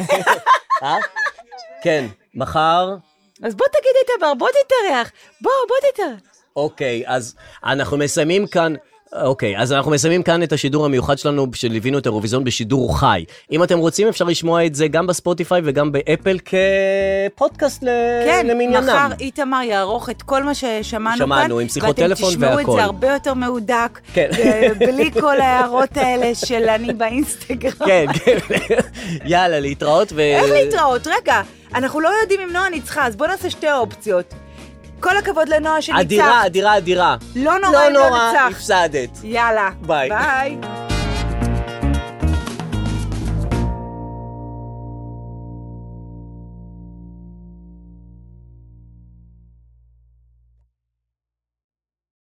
כן, מחר... אז בוא תגיד את הבר, בוא תתארח. בוא תתארח. אוקיי, אז אנחנו מסיימים כאן את השידור המיוחד שלנו שליווינו את האירוויזיון בשידור חי. אם אתם רוצים אפשר לשמוע את זה גם בספוטיפיי וגם באפל כפודקאסט למניינם. כן, מחר איתמר יערוך את כל מה ששמענו כאן. שמענו, עם שיחות טלפון והכל. ואתם תשמעו את זה הרבה יותר מהודק, כן. בלי כל ההערות האלה של אני באינסטגרם. כן. יאללה, להתראות איך להתראות? רגע, אנחנו לא יודעים אם נועה ניצחה, אז בוא נעשה שתי אופציות. כל הכבוד לנועה שניצחת. אדירה. לא נורא, הפסדת. יאללה, ביי. ביי.